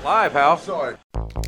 Live, pal. Sorry.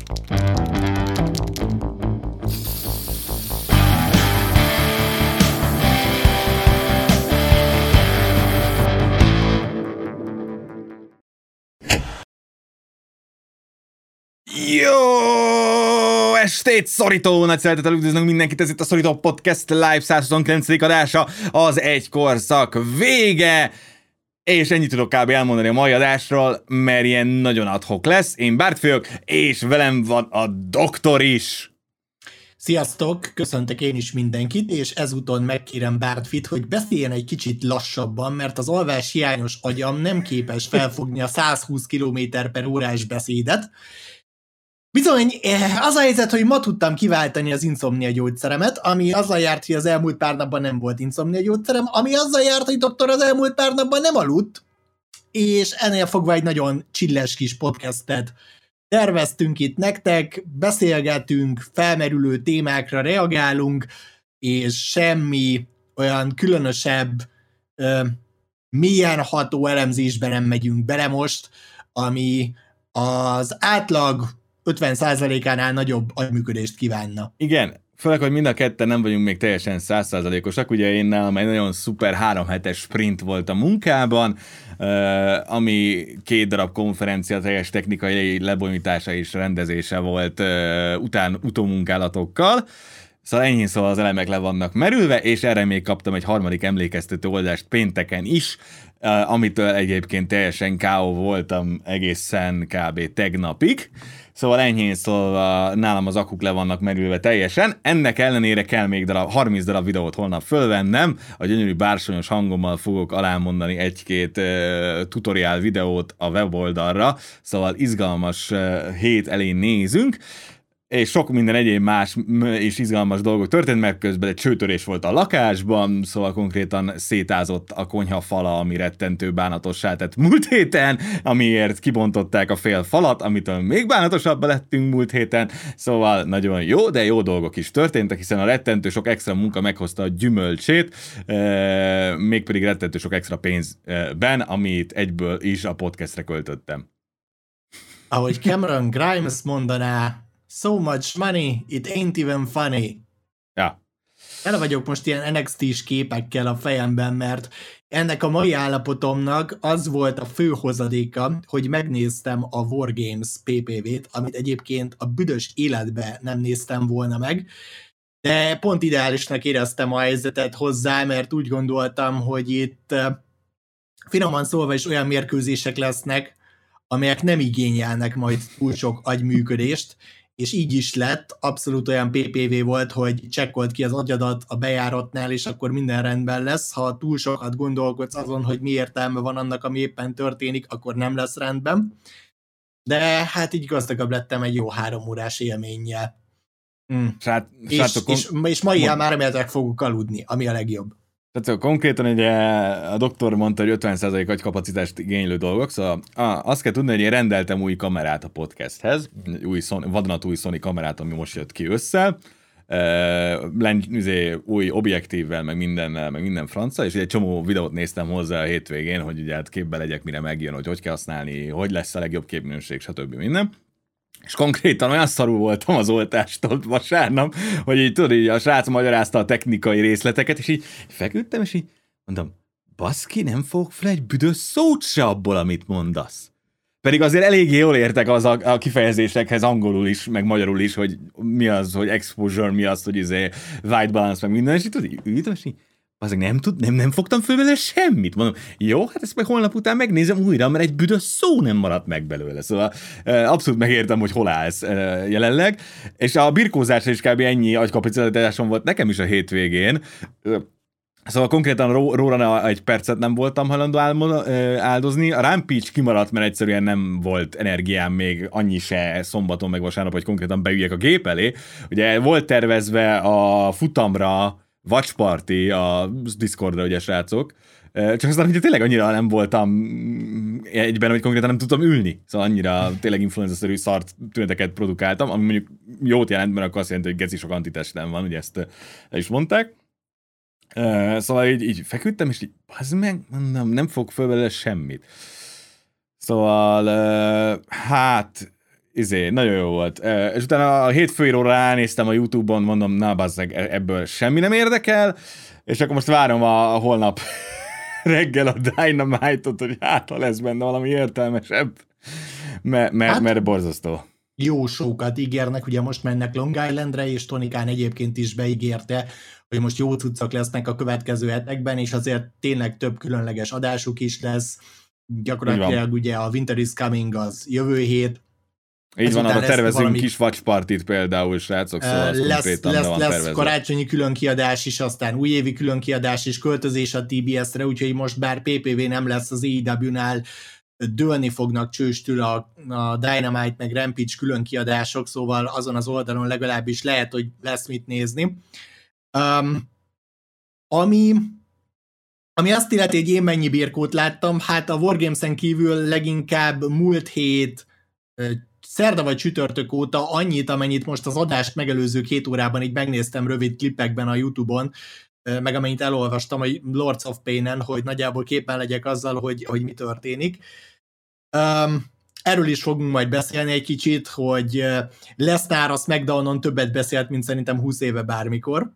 Jó estét, szorító! Nagy szeretettel üdvözlünk mindenkit, ez itt a Szorító Podcast Live 129. adása, az egy korszak vége, és ennyit tudok kb. Elmondani a mai adásról, mert ilyen nagyon ad-hoc lesz. Én Bárt vagyok, és velem van a doktor is. Sziasztok! Köszöntök én is mindenkit, és ezúton megkérem Bártfit, hogy beszéljen egy kicsit lassabban, mert az alvás hiányos agyam nem képes felfogni a 120 km/órás beszédet. Bizony, az a helyzet, hogy ma tudtam kiváltani az inszomnia gyógyszeremet, ami azzal járt, hogy az elmúlt pár napban nem volt inszomnia gyógyszerem, ami azzal járt, hogy doktor az elmúlt pár napban nem aludt, és ennél fogva egy nagyon chilles kis podcastet terveztünk itt nektek, beszélgetünk, felmerülő témákra reagálunk, és semmi olyan különösebb, mélyen ható elemzésbe nem megyünk bele most, ami az átlag 50%-ánál nagyobb agyműködést kívánna. Igen, főleg, hogy mind a ketten nem vagyunk még teljesen 100%-osak, ugye én nálam egy nagyon szuper 3 hetes sprint volt a munkában, ami 2 darab konferencia teljes technikai lebonyítása és rendezése volt utómunkálatokkal. Szóval ennyi, szóval az elemek le vannak merülve, és erre még kaptam egy harmadik emlékeztető oldást pénteken is, amitől egyébként teljesen K.O. voltam egészen kb. Tegnapig. Szóval enyhén szólva nálam az akuk le vannak merülve teljesen. Ennek ellenére kell még 30 darab videót holnap fölvennem. A gyönyörű bársonyos hangommal fogok alámondani egy-két tutoriál videót a weboldalra. Szóval izgalmas hét elé nézünk. És sok minden egyéb más és izgalmas dolgok történt, mert közben egy csőtörés volt a lakásban, szóval konkrétan szétázott a konyha fala, ami rettentő bánatossá tett múlt héten, amiért kibontották a fél falat, amitől még bánatosabbá lettünk múlt héten, szóval nagyon jó, de jó dolgok is történtek, hiszen a rettentő sok extra munka meghozta a gyümölcsét, mégpedig rettentő sok extra pénzben, amit egyből is a podcastre költöttem. Ahogy Cameron Grimes mondaná, so much money, it ain't even funny. Ja. El vagyok most ilyen NXT-s képekkel a fejemben, mert ennek a mai állapotomnak az volt a fő hozadéka, hogy megnéztem a Wargames PPV-t, amit egyébként a büdös életbe nem néztem volna meg, de pont ideálisnak éreztem a helyzetet hozzá, mert úgy gondoltam, hogy itt finoman szólva is olyan mérkőzések lesznek, amelyek nem igényelnek majd túl sok agyműködést, és így is lett, abszolút olyan PPV volt, hogy csekkolt ki az agyadat a bejáratnál, és akkor minden rendben lesz. Ha túl sokat gondolkodsz azon, hogy mi értelme van annak, ami éppen történik, akkor nem lesz rendben. De hát így gazdagabb lettem egy jó 3 órás élménnyel. És ma ilyen már remélhetőleg fogok aludni, ami a legjobb. Tehát konkrétan ugye a doktor mondta, hogy 50% agykapacitást igénylő dolgok, szóval azt kell tudni, hogy én rendeltem új kamerát a podcasthez, vadonatúj Sony kamerát, ami most jött ki ősszel, új objektívvel, meg minden franca, és egy csomó videót néztem hozzá a hétvégén, hogy ugye hát képbe legyek, mire megjön, hogy kell használni, hogy lesz a legjobb képminőség, stb. Minden. És konkrétan olyan szarul voltam az oltástól vasárnap, hogy így tudod, így a srác magyarázta a technikai részleteket, és így feküdtem, és így mondom, baszki, nem fogok fel egy büdös szót se abból, amit mondasz. Pedig azért eléggé jól értek az a kifejezésekhez angolul is, meg magyarul is, hogy mi az, hogy exposure, mi az, hogy white balance, meg minden, és így tudod, ültem, és így azért nem fogtam föl vele semmit. Mondom, jó, hát ezt meg holnap után megnézem újra, mert egy büdös szó nem maradt meg belőle. Szóval abszolút megértem, hogy hol állsz jelenleg. És a birkózásra is kb. Ennyi agykapacitásom volt nekem is a hétvégén. Szóval konkrétan róla egy percet nem voltam hajlandó áldozni. A Rampage kimaradt, mert egyszerűen nem volt energiám még annyi se szombaton meg vasárnap, hogy konkrétan beüljek a gép elé. Ugye volt tervezve a futamra Watch Party a Discordra, ugye srácok, csak aztán ugye tényleg annyira nem voltam egyben, hogy konkrétan nem tudtam ülni. Szóval annyira tényleg influenza-szerű szart tüneteket produkáltam, ami mondjuk jót jelent, mert akkor azt jelenti, hogy geci sok antitestem van, ugye ezt el is mondták. Szóval így feküdtem, és így, nem fog föl belőle semmit. Szóval, hát nagyon jó volt. És utána a hétfőiróra ránéztem a YouTube-on, mondom, na bazzeg, ebből semmi nem érdekel, és akkor most várom a holnap reggel a Dynamite-ot, hogy hát ha lesz benne valami értelmesebb, mert borzasztó. Jó sokat ígérnek, ugye most mennek Long Islandre, és Tony Khan egyébként is beígérte, hogy most jó cuccok lesznek a következő hetekben, és azért tényleg több különleges adásuk is lesz. Gyakorlatilag ugye a Winter is Coming az jövő hét. Így van, arra tervezünk valami... kis watch partit például, srácok, szóval lesz karácsonyi különkiadás is, aztán újévi különkiadás is, költözés a TBS-re, úgyhogy most bár PPV nem lesz az AEW-nál, dőlni fognak csőstül a Dynamite meg Rampage különkiadások, szóval azon az oldalon legalábbis lehet, hogy lesz mit nézni. Ami azt illeti, hogy én mennyi birkót láttam, hát a Wargames-en kívül leginkább múlt hét szerda vagy csütörtök óta annyit, amennyit most az adást megelőző 2 órában így megnéztem rövid klippekben a YouTube-on, meg amennyit elolvastam a Lords of Pain-en, hogy nagyjából képen legyek azzal, hogy mi történik. Erről is fogunk majd beszélni egy kicsit, hogy Lesnar a SmackDownon többet beszélt, mint szerintem 20 éve bármikor.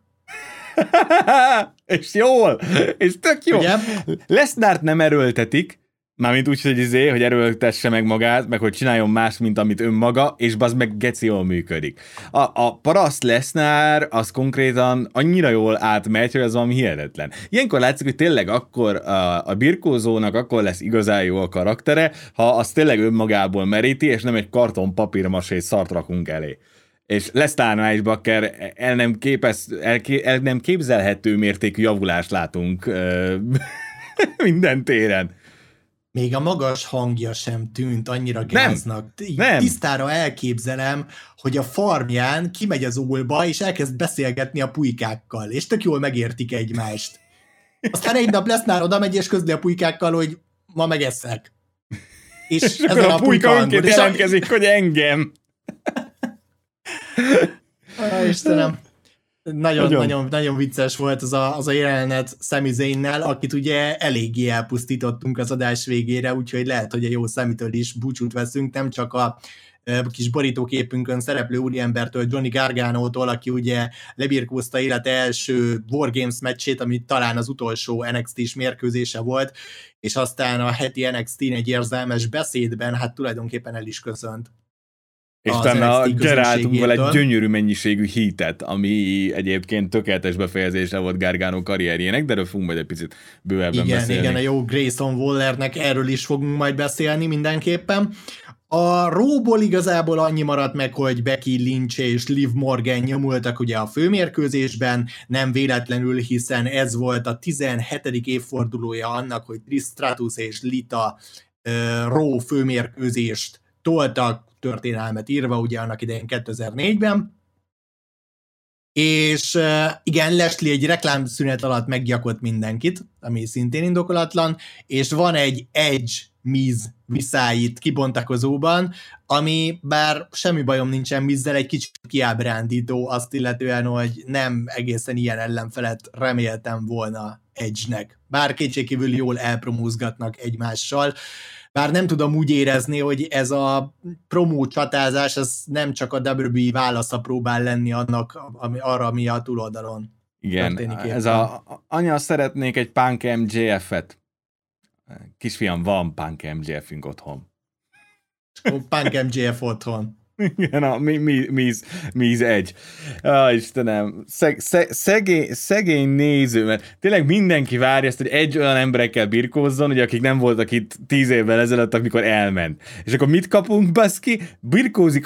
És jól! És tök jó! Lesnart nem erőltetik, mármint úgy, hogy erőltesse meg magát, meg hogy csináljon más, mint amit önmaga, és bazd meg geci jól működik. A paraszt Lesnar az konkrétan annyira jól átmegy, hogy az valami hihetetlen. Ilyenkor látszik, hogy tényleg akkor a birkózónak akkor lesz igazán jó a karaktere, ha az tényleg önmagából meríti, és nem egy karton papírmasé szart rakunk elé. És Lesnarnál is, bakker, el nem képzelhető mértékű javulást látunk minden téren. Még a magas hangja sem tűnt annyira gáznak. Nem. Tisztára elképzelem, hogy a farmján kimegy az ólba, és elkezd beszélgetni a pulykákkal, és tök jól megértik egymást. Aztán egy nap Lesnar oda megy, és közli a pulykákkal, hogy ma megeszek. És akkor a pulyka önként jelentkezik, hogy engem. Istenem. Nagyon vicces volt az a jelenet Sami Zayn-nel, akit ugye eléggé elpusztítottunk az adás végére, úgyhogy lehet, hogy a jó Samitől is búcsút veszünk, nem csak a kis borítóképünkön szereplő úriembertől, Johnny Gargano-tól, aki ugye lebirkózta élete első Wargames meccsét, ami talán az utolsó NXT-s mérkőzése volt, és aztán a heti NXT-n egy érzelmes beszédben hát tulajdonképpen el is köszönt. És utána generáltunk vele egy gyönyörű mennyiségű hitet, ami egyébként tökéletes befejezése volt Gargano karrierjének, de erről fogunk majd egy picit bővebben beszélni. Igen, a jó Grayson Wallernek erről is fogunk majd beszélni mindenképpen. A Raw-ból igazából annyi maradt meg, hogy Becky Lynch és Liv Morgan nyomultak ugye a főmérkőzésben, nem véletlenül, hiszen ez volt a 17. évfordulója annak, hogy Trish Stratus és Lita Raw főmérkőzést toltak, történelmet írva, ugye annak idején 2004-ben. És igen, Lashley egy reklámszünet alatt meggyakott mindenkit, ami szintén indokolatlan, és van egy Edge Miz viszályt kibontakozóban, ami bár semmi bajom nincsen Mizzel, egy kicsit kiábrándító azt illetően, hogy nem egészen ilyen ellenfelet reméltem volna Edge-nek. Bár kétségkívül jól elpromózgatnak egymással, bár nem tudom úgy érezni, hogy ez a promó csatázás, ez nem csak a WWE válasza próbál lenni arra, ami a túloldalon történik. Igen, ez anya, szeretnék egy Punk MJF-et. Kisfiam, van Punk MJF-ünk otthon. Punk MJF otthon. Igen, a Miz egy. Istenem, szegény néző, mert tényleg mindenki várja ezt, hogy egy olyan emberekkel birkózzon, ugye, akik nem voltak itt 10 évvel ezelőtt, amikor elment. És akkor mit kapunk, baszki? Birkózik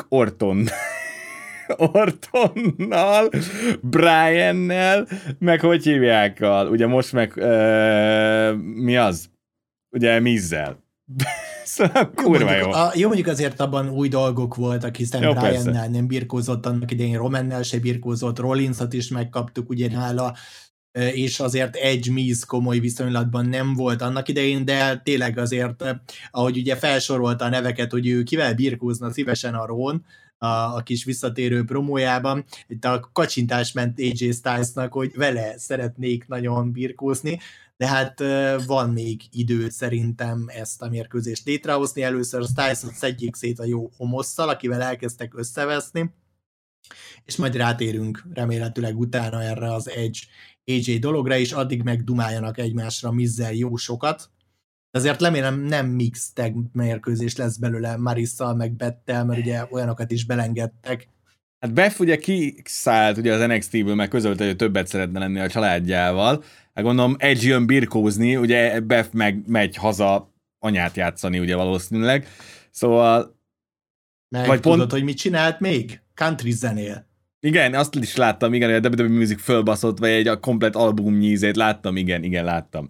Ortonnal, Briannel, meg hogy hívjákkal? Ugye most meg mi az? Ugye Mizzel. Szóval kurva jó. Jó, mondjuk azért abban új dolgok voltak, hiszen Briannel nem birkózott, annak idején Romannel se birkózott, Rollinsot is megkaptuk ugye nála, és azért Edge Miz komoly viszonylatban nem volt annak idején, de tényleg azért, ahogy ugye felsorolta a neveket, hogy ő kivel birkózna szívesen a Raw-n, a kis visszatérő promójában, itt a kacsintás ment AJ Stylesnak, hogy vele szeretnék nagyon birkózni, de hát van még idő szerintem ezt a mérkőzést létrehozni. Először Styles-ot szedjék szét a jó homosszal, akivel elkezdtek összeveszni, és majd rátérünk remélhetőleg utána erre az Edge AJ dologra, és addig meg dumáljanak egymásra Mizzel jó sokat. Azért remélem nem mix tag mérkőzés lesz belőle Marisszal meg Bettel, mert ugye olyanokat is belengedtek. Hát Beth ugye kiszállt ugye az NXT-ből, meg közölte, hogy többet szeretne lenni a családjával. Hát gondolom Edge jön birkózni, ugye Beth meg megy haza anyát játszani ugye valószínűleg. Szóval... Meg vagy tudod, hogy mit csinált még? Country zenél. Igen, azt is láttam, igen, hogy a WWE Music fölbaszott, vagy egy komplet albumnyízét láttam, igen, láttam.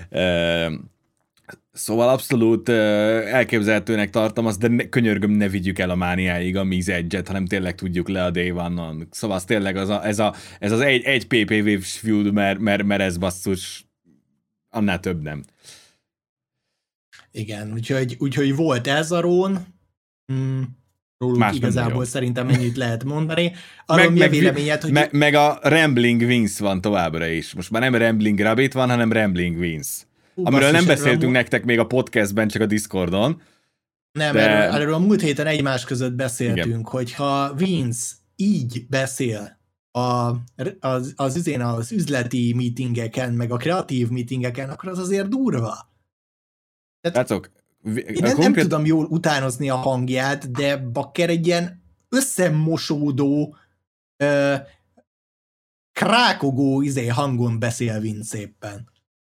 Szóval abszolút elképzelhetőnek tartom azt, de könyörgöm, ne vigyük el a mániáig a Miz Edge-et, hanem tényleg tudjuk le a Day One-on. Szóval az tényleg ez az egy PPV feud, mert ez basszus, annál több nem. Igen, úgyhogy volt ez a Raw-n, róluk igazából szerintem ennyit lehet mondani. Arról mi a véleményed, hogy... Meg a Rambling Vince van továbbra is. Most már nem Rambling Rabbit van, hanem Rambling Vince. Amiről nem beszéltünk nektek még a podcastben, csak a Discordon. Nem, erről a múlt héten egymás között beszéltünk, igen, hogyha Vince így beszél az üzleti meetingeken, meg a kreatív meetingeken, akkor az azért durva. Látok, én nem tudom jól utánozni a hangját, de bakker egy ilyen összemosódó, krákogó hangon beszél Vince éppen.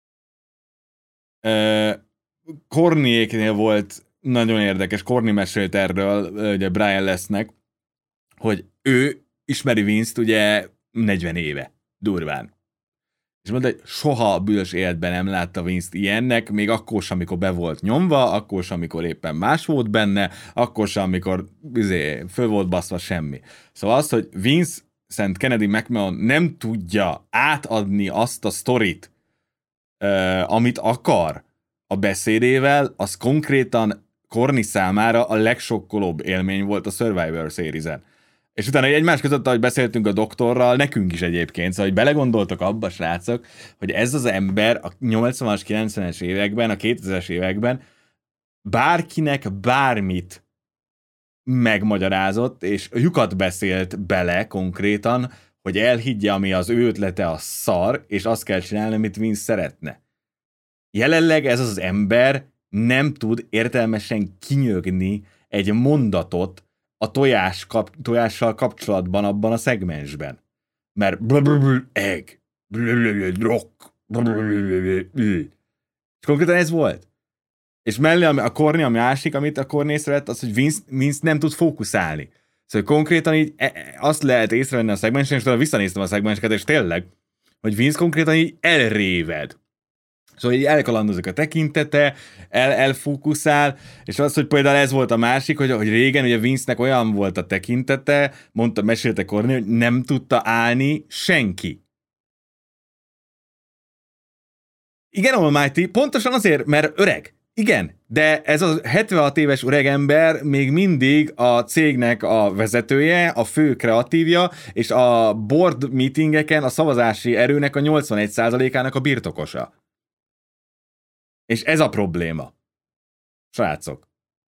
Korniéknél volt nagyon érdekes, Korni mesélt erről, ugye Brian Lesnek, hogy ő ismeri Vince-t ugye 40 éve, durván. És mondta, hogy soha a büdös életben nem látta Vince-t ilyennek, még akkor sem, amikor be volt nyomva, akkor sem, amikor éppen más volt benne, akkor sem, amikor föl volt baszva semmi. Szóval az, hogy Vince St. Kennedy McMahon nem tudja átadni azt a sztorit, amit akar a beszédével, az konkrétan Korni számára a legsokkolóbb élmény volt a Survivor Series-en. És utána egymás között, ahogy beszéltünk a doktorral, nekünk is egyébként, szóval hogy belegondoltak abba, srácok, hogy ez az ember a 80-as, 90-es években, a 2000-es években bárkinek bármit megmagyarázott, és lyukat beszélt bele konkrétan, hogy elhiggye, ami az ő ötlete a szar, és azt kell csinálni, amit Vince szeretne. Jelenleg ez az ember nem tud értelmesen kinyögni egy mondatot a tojással kapcsolatban abban a szegmensben. Mert egg, rock, és konkrétan ez volt. És mellé a Korni, a másik, amit a Korni észrevett, az, hogy Vince nem tud fókuszálni. Szóval konkrétan így azt lehet észrevenni a szegmensen, és visszanéztem a szegmenseket, és tényleg, hogy Vince konkrétan így elréved. Szóval így elkalandozik a tekintete, elfókuszál, és az, hogy például ez volt a másik, hogy régen ugye Vince-nek olyan volt a tekintete, mesélte Korni, hogy nem tudta állni senki. Igen, Almighty, pontosan azért, mert öreg. Igen, de ez a 76 éves öreg ember még mindig a cégnek a vezetője, a fő kreatívja, és a board meetingeken a szavazási erőnek a 81%-ának a birtokosa. És ez a probléma. Srácok.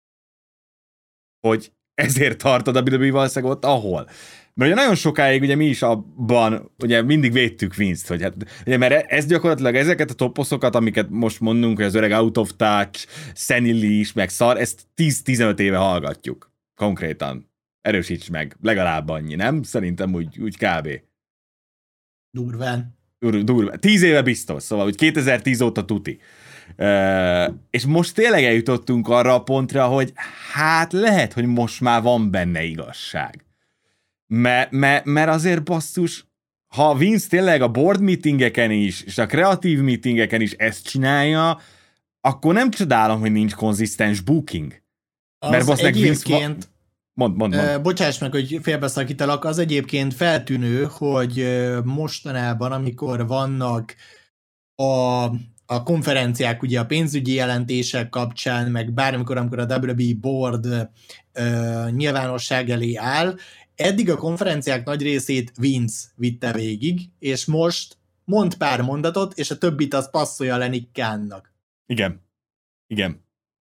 Hogy ezért tartod a WWE valószínűleg ott, ahol. Mert ugye nagyon sokáig ugye mi is abban, ugye mindig védtük Vince-t, hogy hát, ugye, mert ez gyakorlatilag ezeket a toposzokat, amiket most mondunk, hogy az öreg out of touch, senil meg szar, ezt 10-15 éve hallgatjuk. Konkrétan. Erősíts meg. Legalább annyi, nem? Szerintem úgy kb. Durván. 10 éve biztos, szóval úgy 2010 óta tuti. És most tényleg eljutottunk arra a pontra, hogy hát lehet, hogy most már van benne igazság. Mert azért basszus, ha Vince tényleg a board meetingeken is, és a kreatív meetingeken is ezt csinálja, akkor nem csodálom, hogy nincs konzisztens booking. Mert egyébként Mond. Bocsáss meg, hogy félbeszakítalak, az egyébként feltűnő, hogy mostanában, amikor vannak a konferenciák, ugye a pénzügyi jelentések kapcsán, meg bármikor, amikor a WWE Board nyilvánosság elé áll, eddig a konferenciák nagy részét Vince vitte végig, és most mond pár mondatot, és a többit az passzolja le Nick Khannak. Igen.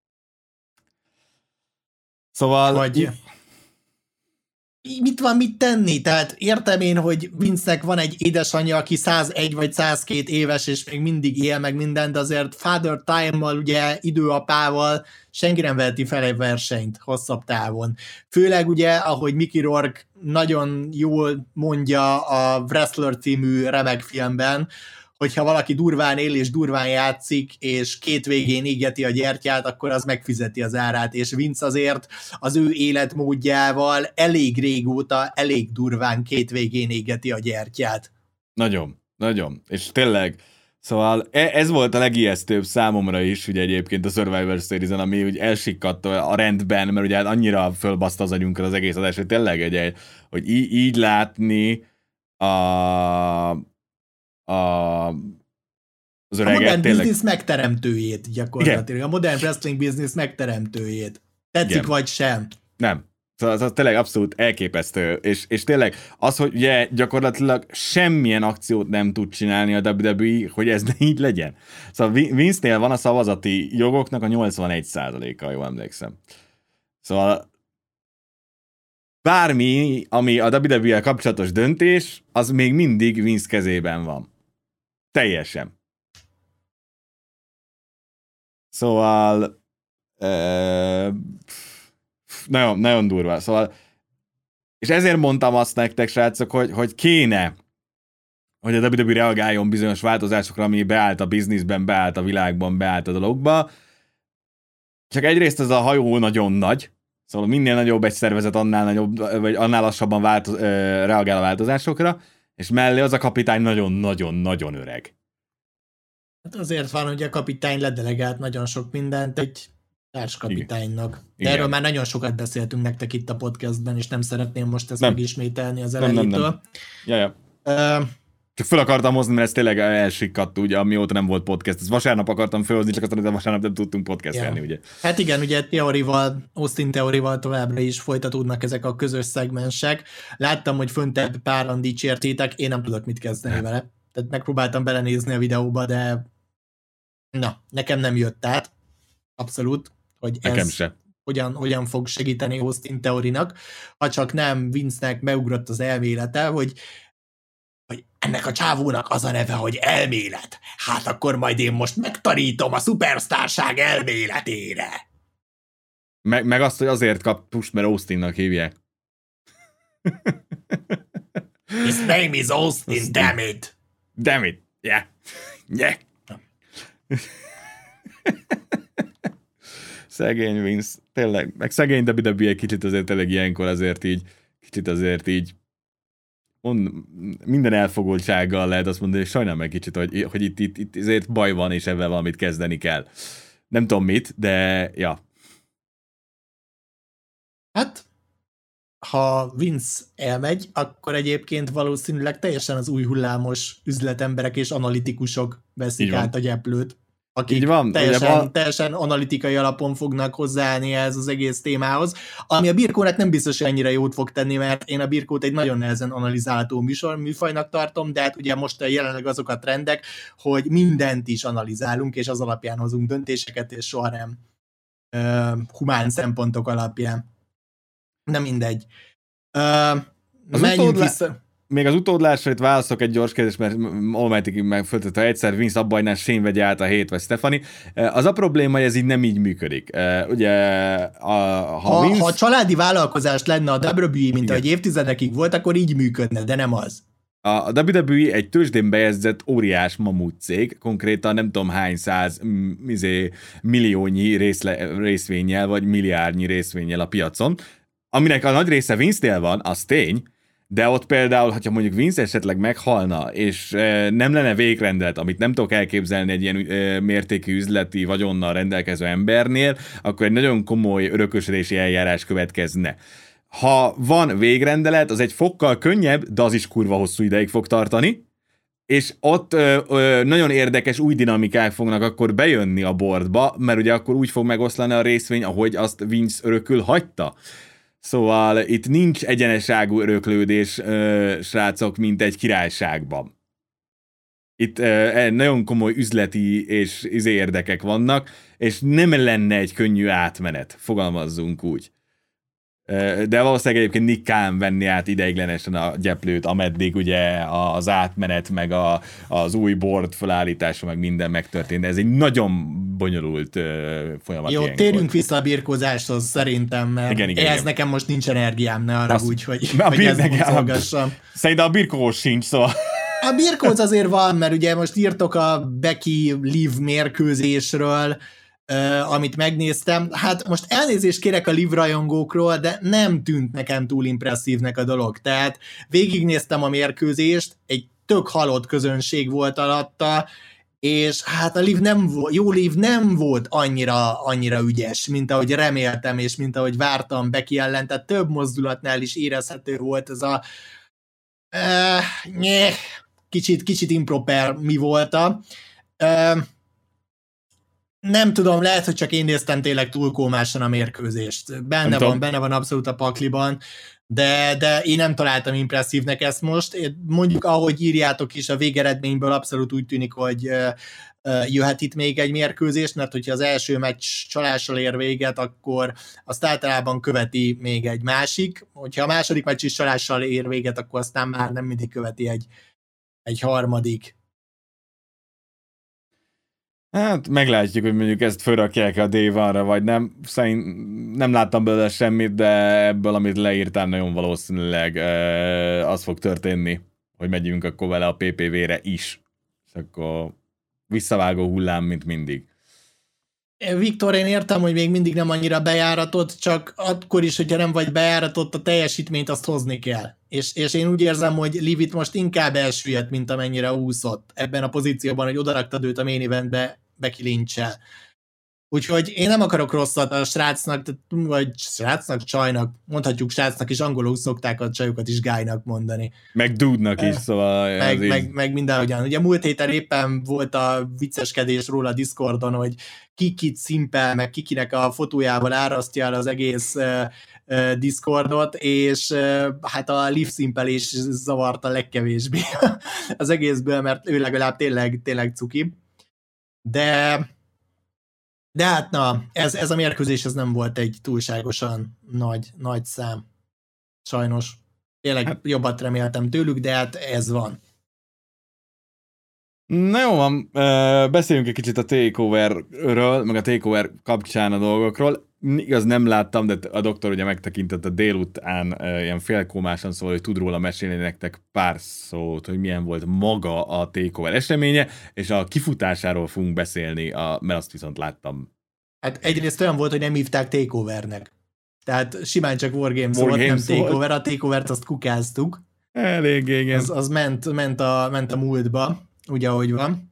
Szóval... Vagy... mit van mit tenni? Tehát értem én, hogy Vince-nek van egy édesanyja, aki 101 vagy 102 éves, és még mindig él meg mindent, de azért Father Time-mal, ugye időapával senki nem veheti fel egy versenyt hosszabb távon. Főleg ugye, ahogy Mickey Rourke nagyon jól mondja a Wrestler című remek filmben, hogyha valaki durván él és durván játszik, és két végén égeti a gyertyát, akkor az megfizeti az árát, és Vince azért az ő életmódjával elég régóta, elég durván két végén égeti a gyertyát. Nagyon. És tényleg, szóval ez volt a legijesztőbb számomra is, ugye egyébként a Survivor Series-en, ami úgy elsikkadt a rendben, mert ugye annyira fölbaszta az agyunkat az egész adás, hogy tényleg hogy így látni az öreget, a modern tényleg... business megteremtőjét gyakorlatilag. Igen. A modern wrestling business megteremtőjét. Tetszik igen. Vagy sem? Nem. Szóval az tényleg abszolút elképesztő. És tényleg az, hogy ugye gyakorlatilag semmilyen akciót nem tud csinálni a WWE, hogy ez ne így legyen. Szóval Vince-nél van a szavazati jogoknak a 81%-a, jól emlékszem. Szóval bármi, ami a WWE-el kapcsolatos döntés, az még mindig Vince kezében van. Teljesen. Szóval nagyon durva. Szóval, és ezért mondtam azt nektek, srácok, hogy kéne, hogy a WWE reagáljon bizonyos változásokra, ami beállt a bizniszben, beállt a világban, beállt a dologba. Csak egyrészt ez a hajó nagyon nagy, szóval minél nagyobb egy szervezet, annál nagyobb, vagy annál lassabban reagál a változásokra, és mellé az a kapitány nagyon-nagyon-nagyon öreg. Hát azért van, hogy a kapitány ledelegált nagyon sok mindent egy társkapitánynak. De erről már nagyon sokat beszéltünk nektek itt a podcastben, és nem szeretném most ezt megismételni az elejétől. Nem. Csak fel akartam hozni, mert ez tényleg elsikkadt, ugye, amióta nem volt podcast. Ezt vasárnap akartam felhozni, csak aztán vasárnap nem tudtunk podcastelni, ugye. Hát igen, ugye Austin Theoryval továbbra is folytatódnak ezek a közös szegmensek. Láttam, hogy föntebb páran dicsértétek, én nem tudok mit kezdeni vele. Tehát megpróbáltam belenézni a videóba, de nekem nem jött át. Abszolút, hogy nekem ez se. Hogyan fog segíteni Austin Theorynak, ha csak nem Vince-nek beugrott az elmélete, hogy ennek a csávónak az a neve, hogy elmélet. Hát akkor majd én most megtanítom a szupersztárság elméletére. Meg azt, hogy azért kap pust, mert Austinnak hívják. His name is Austin, damn it. Damn it, yeah. Szegény Vince, tényleg, meg szegény WWE egy kicsit azért tényleg ilyenkor azért így minden elfogultsággal lehet azt mondani, hogy sajnálom meg kicsit, hogy itt azért baj van, és ebben valamit kezdeni kell. Nem tudom mit, de ja. Hát, ha Vince elmegy, akkor egyébként valószínűleg teljesen az új hullámos üzletemberek és analitikusok veszik át a gyeplőt, akik teljesen analitikai alapon fognak hozzáállni ez az egész témához, ami a Birkónak nem biztos, hogy ennyire jót fog tenni, mert én a Birkót egy nagyon nehezen analizálható műfajnak tartom, de hát ugye most jelenleg azok a trendek, hogy mindent is analizálunk, és az alapján hozunk döntéseket, és soha nem humán szempontok alapján. Nem mindegy. Menjünk vissza. Még az utódlásra itt válaszok egy gyors kérdés, mert Almighty megföltette, ha egyszer Vince abba hagynál, Shane vegye át a hét, vagy Stephanie. Az a probléma, hogy ez így nem így működik. Ugye, ha a családi vállalkozás lenne a WWE, mint ahogy évtizedekig volt, akkor így működne, de nem az. A WWE egy tőzsdén bejegyzett óriás mamut cég, konkrétan nem tudom hány milliónyi részvénnyel, vagy milliárdnyi részvénnyel a piacon, aminek a nagy része Vince-nél van, az tény, de ott például, hogyha mondjuk Vince esetleg meghalna, és nem lenne végrendelet, amit nem tudok elképzelni egy ilyen mértékű üzleti vagyonnal rendelkező embernél, akkor egy nagyon komoly örökösödési eljárás következne. ha van végrendelet, az egy fokkal könnyebb, de az is kurva hosszú ideig fog tartani, és ott nagyon érdekes új dinamikák fognak akkor bejönni a boardba, mert ugye akkor úgy fog megoszlani a részvény, ahogy azt Vince örökül hagyta. Szóval itt nincs egyeneságú öröklődés, srácok, mint egy királyságban. Itt nagyon komoly üzleti és érdekek vannak, és nem lenne egy könnyű átmenet, fogalmazzunk úgy. De valószínűleg egyébként Nick Khan venni át ideiglenesen a gyeplőt, ameddig ugye az átmenet, meg az új board felállítása, meg minden megtörtént, de ez egy nagyon bonyolult folyamat. Jó, térjünk vissza a birkózáshoz szerintem, mert ehhez nekem most nincs energiám, ne arra úgy, hogy ezt boncolgassam. Szerintem a birkós sincs, szóval... A birkóc azért van, mert ugye most írtok a Becky Liv mérkőzésről, amit megnéztem. Hát most elnézést kérek a Liv rajongókról, de nem tűnt nekem túl impresszívnek a dolog. Tehát végignéztem a mérkőzést, egy tök halott közönség volt alatta, és hát a Liv Liv nem volt annyira ügyes, mint ahogy reméltem, és mint ahogy vártam Becky ellen, tehát több mozdulatnál is érezhető volt ez a kicsit improper mi volta. Nem tudom, lehet, hogy csak én néztem tényleg túl kómásan a mérkőzést. Benne van abszolút a pakliban, de én nem találtam impresszívnek ezt most. Mondjuk, ahogy írjátok is, a végeredményből abszolút úgy tűnik, hogy jöhet itt még egy mérkőzés, mert hogyha az első meccs csalással ér véget, akkor azt általában követi még egy másik. Hogyha a második meccs is csalással ér véget, akkor aztán már nem mindig követi egy harmadik. Hát meglátjuk, hogy mondjuk ezt fölrakják a Day-1-ra, vagy nem. Nem láttam belőle semmit, de ebből, amit leírtál, nagyon valószínűleg az fog történni, hogy megyünk akkor vele a PPV-re is. És akkor visszavágó hullám, mint mindig. Viktor, én értem, hogy még mindig nem annyira bejáratott, csak akkor is, hogyha nem vagy bejáratott, a teljesítményt azt hozni kell. És én úgy érzem, hogy Livit most inkább elsüllyedt, mint amennyire úszott ebben a pozícióban, hogy odaraktad őt a main eventbe Becky Lynch-el. Úgyhogy én nem akarok rosszat a srácnak, vagy srácnak, csajnak, mondhatjuk srácnak is, angolul szokták a csajokat is guy-nak mondani. Meg dude-nak is, szóval... Meg mindenhogyan. Ugye múlt héten éppen volt a vicceskedés róla a Discordon, hogy kikit szimpel, meg kikinek a fotójával árasztja el az egész Discordot, és hát a Liv szimpelés zavarta legkevésbé az egészből, mert ő legalább tényleg cuki. De hát na, ez a mérkőzés ez nem volt egy túlságosan nagy szám. Sajnos. Tényleg jobbat reméltem tőlük, de hát ez van. Na jó van, beszéljünk egy kicsit a TakeOver-ről, meg a TakeOver kapcsán a dolgokról. Igaz, nem láttam, de a doktor ugye megtekintett a délután ilyen félkómásan, szóval, hogy tud róla mesélni nektek pár szót, hogy milyen volt maga a TakeOver eseménye, és a kifutásáról fogunk beszélni, mert azt viszont láttam. Hát egyrészt olyan volt, hogy nem hívták TakeOvernek. Tehát simán csak Wargames volt, nem TakeOver. A TakeOvert azt kukáztuk. Elég, igen. Az ment a múltba, úgy, ahogy van.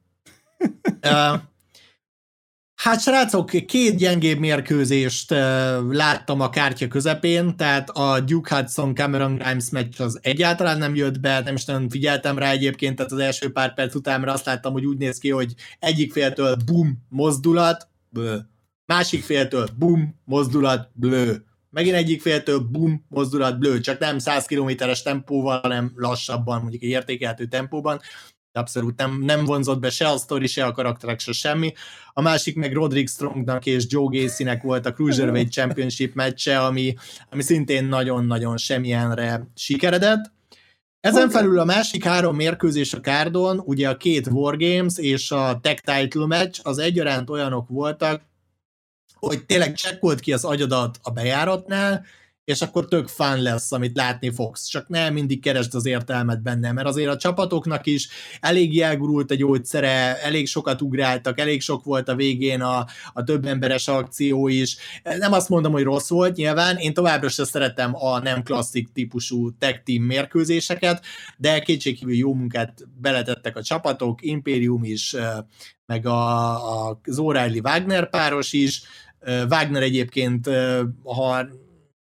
Hát srácok, 2 gyengébb mérkőzést láttam a kártya közepén, tehát a Duke Hudson Cameron Grimes meccs az egyáltalán nem jött be, nem is nagyon figyeltem rá egyébként, tehát az első pár perc után azt láttam, hogy úgy néz ki, hogy egyik féltől bum, mozdulat, blö. Másik féltől bum, mozdulat, blö. Megint egyik féltől bum, mozdulat, blö. Csak nem 100 km-es tempóval, hanem lassabban, mondjuk egy értékelhető tempóban. Abszolút nem vonzott be se a sztori, se a karakterek, se semmi. A másik meg Roderick Strongnak és Joe Gacynek volt a Cruiserweight Championship meccse, ami szintén nagyon-nagyon semmilyenre sikeredett. Ezen felül a másik 3 mérkőzés a kárdon, ugye a 2 Wargames és a Tag Title match, az egyaránt olyanok voltak, hogy tényleg csekkolt ki az agyadat a bejáratnál, és akkor tök fun lesz, amit látni fogsz. Csak nem mindig keresd az értelmet benne, mert azért a csapatoknak is elég elgurult a gyógyszere, elég sokat ugráltak, elég sok volt a végén a több emberes akció is. Nem azt mondom, hogy rossz volt, nyilván, én továbbra sem szeretem a nem klasszik típusú tag team mérkőzéseket, de kétségkívül jó munkát beletettek a csapatok, Imperium is, meg az O'Reilly Wagner páros is. Wagner egyébként, ha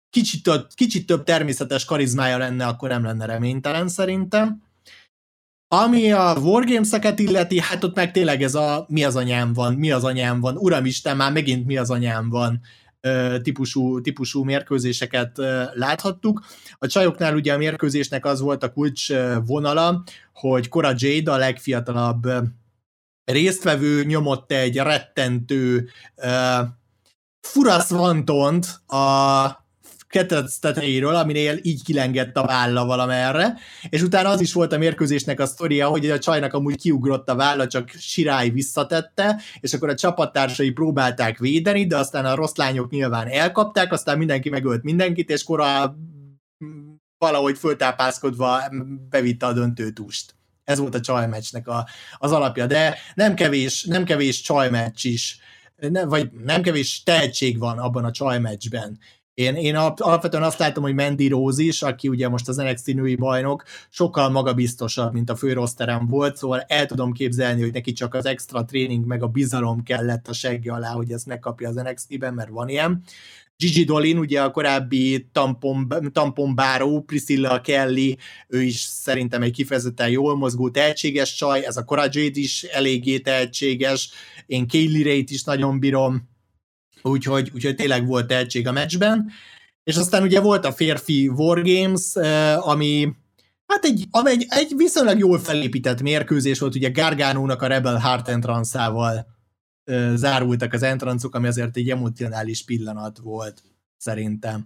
kicsit több természetes karizmája lenne, akkor nem lenne reménytelen szerintem. Ami a Wargames-eket illeti, hát ott meg tényleg ez a mi az anyám van, uramisten, már megint mi az anyám van típusú mérkőzéseket láthattuk. A csajoknál ugye a mérkőzésnek az volt a kulcs vonala, hogy Cora Jade, a legfiatalabb résztvevő, nyomott egy rettentő furaszvantont a ketrec tetejéről, aminél így kilengett a válla valamerre, és utána az is volt a mérkőzésnek a sztoria, hogy a csajnak amúgy kiugrott a válla, csak Shirai visszatette, és akkor a csapattársai próbálták védeni, de aztán a rossz lányok nyilván elkapták, aztán mindenki megölt mindenkit, és Cora valahogy föltápászkodva bevitte a döntőtúst. Ez volt a csajmeccsnek az alapja, de nem kevés csajmeccs is, vagy nem kevés tehetség van abban a csajmeccsben. Én alapvetően azt látom, hogy Mandy Rose is, aki ugye most az NXT női bajnok, sokkal magabiztosabb, mint a főroszterem volt, szóval el tudom képzelni, hogy neki csak az extra tréning meg a bizalom kellett a segge alá, hogy ezt megkapja az NXT-ben, mert van ilyen. Gigi Dolin, ugye a korábbi tamponbáró, Priscilla Kelly, ő is szerintem egy kifejezetten jól mozgó, tehetséges csaj, ez a Cora Jade is eléggé tehetséges, én Kaylee Ray-t is nagyon bírom, úgyhogy tényleg volt tehetség a meccsben, és aztán ugye volt a férfi Wargames, ami hát egy viszonylag jól felépített mérkőzés volt, ugye Gargano-nak a Rebel Heart entrance-ával zárultak az entrancok, ami azért egy emocionális pillanat volt, szerintem.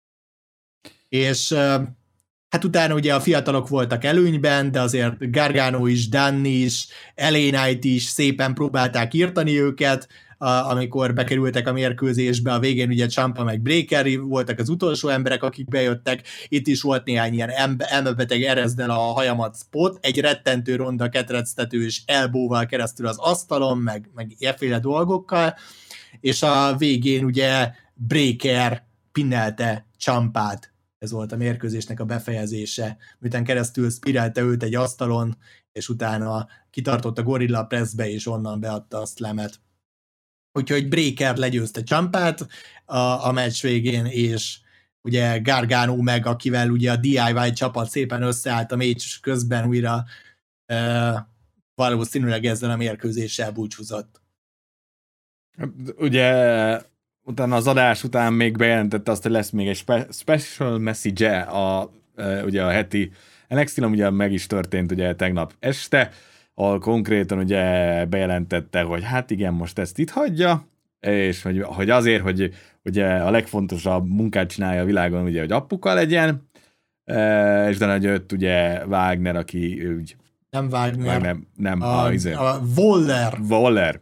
És hát utána ugye a fiatalok voltak előnyben, de azért Gargano is, Dunne is, LA Knight is szépen próbálták írtani őket, amikor bekerültek a mérkőzésbe, a végén ugye Ciampa meg Breaker voltak az utolsó emberek, akik bejöttek, itt is volt néhány ilyen elmebeteg erezdel a hajamat spot, egy rettentő ronda ketrectetős elbóval keresztül az asztalon, meg efféle dolgokkal, és a végén ugye Breaker pinnelte Ciampát, ez volt a mérkőzésnek a befejezése, miután keresztül spirálte őt egy asztalon, és utána kitartott a Gorilla Pressbe, és onnan beadta a slammet. Úgyhogy Breaker legyőzte Ciampát a meccs végén, és ugye Gargano meg, akivel ugye a DIY csapat szépen összeállt a meccs közben újra valószínűleg ezzel a mérkőzéssel búcsúzott. Ugye utána az adás után még bejelentette azt, hogy lesz még egy special message ugye a heti NXT-n, ugye meg is történt ugye tegnap este, ahol konkrétan ugye bejelentette, hogy hát igen, most ezt itt hagyja, és hogy azért, hogy ugye a legfontosabb munkát csinálja a világon, ugye, hogy apuka legyen, és de jött ugye Wagner, aki úgy... Nem Wagner. Nem, a Waller. Waller.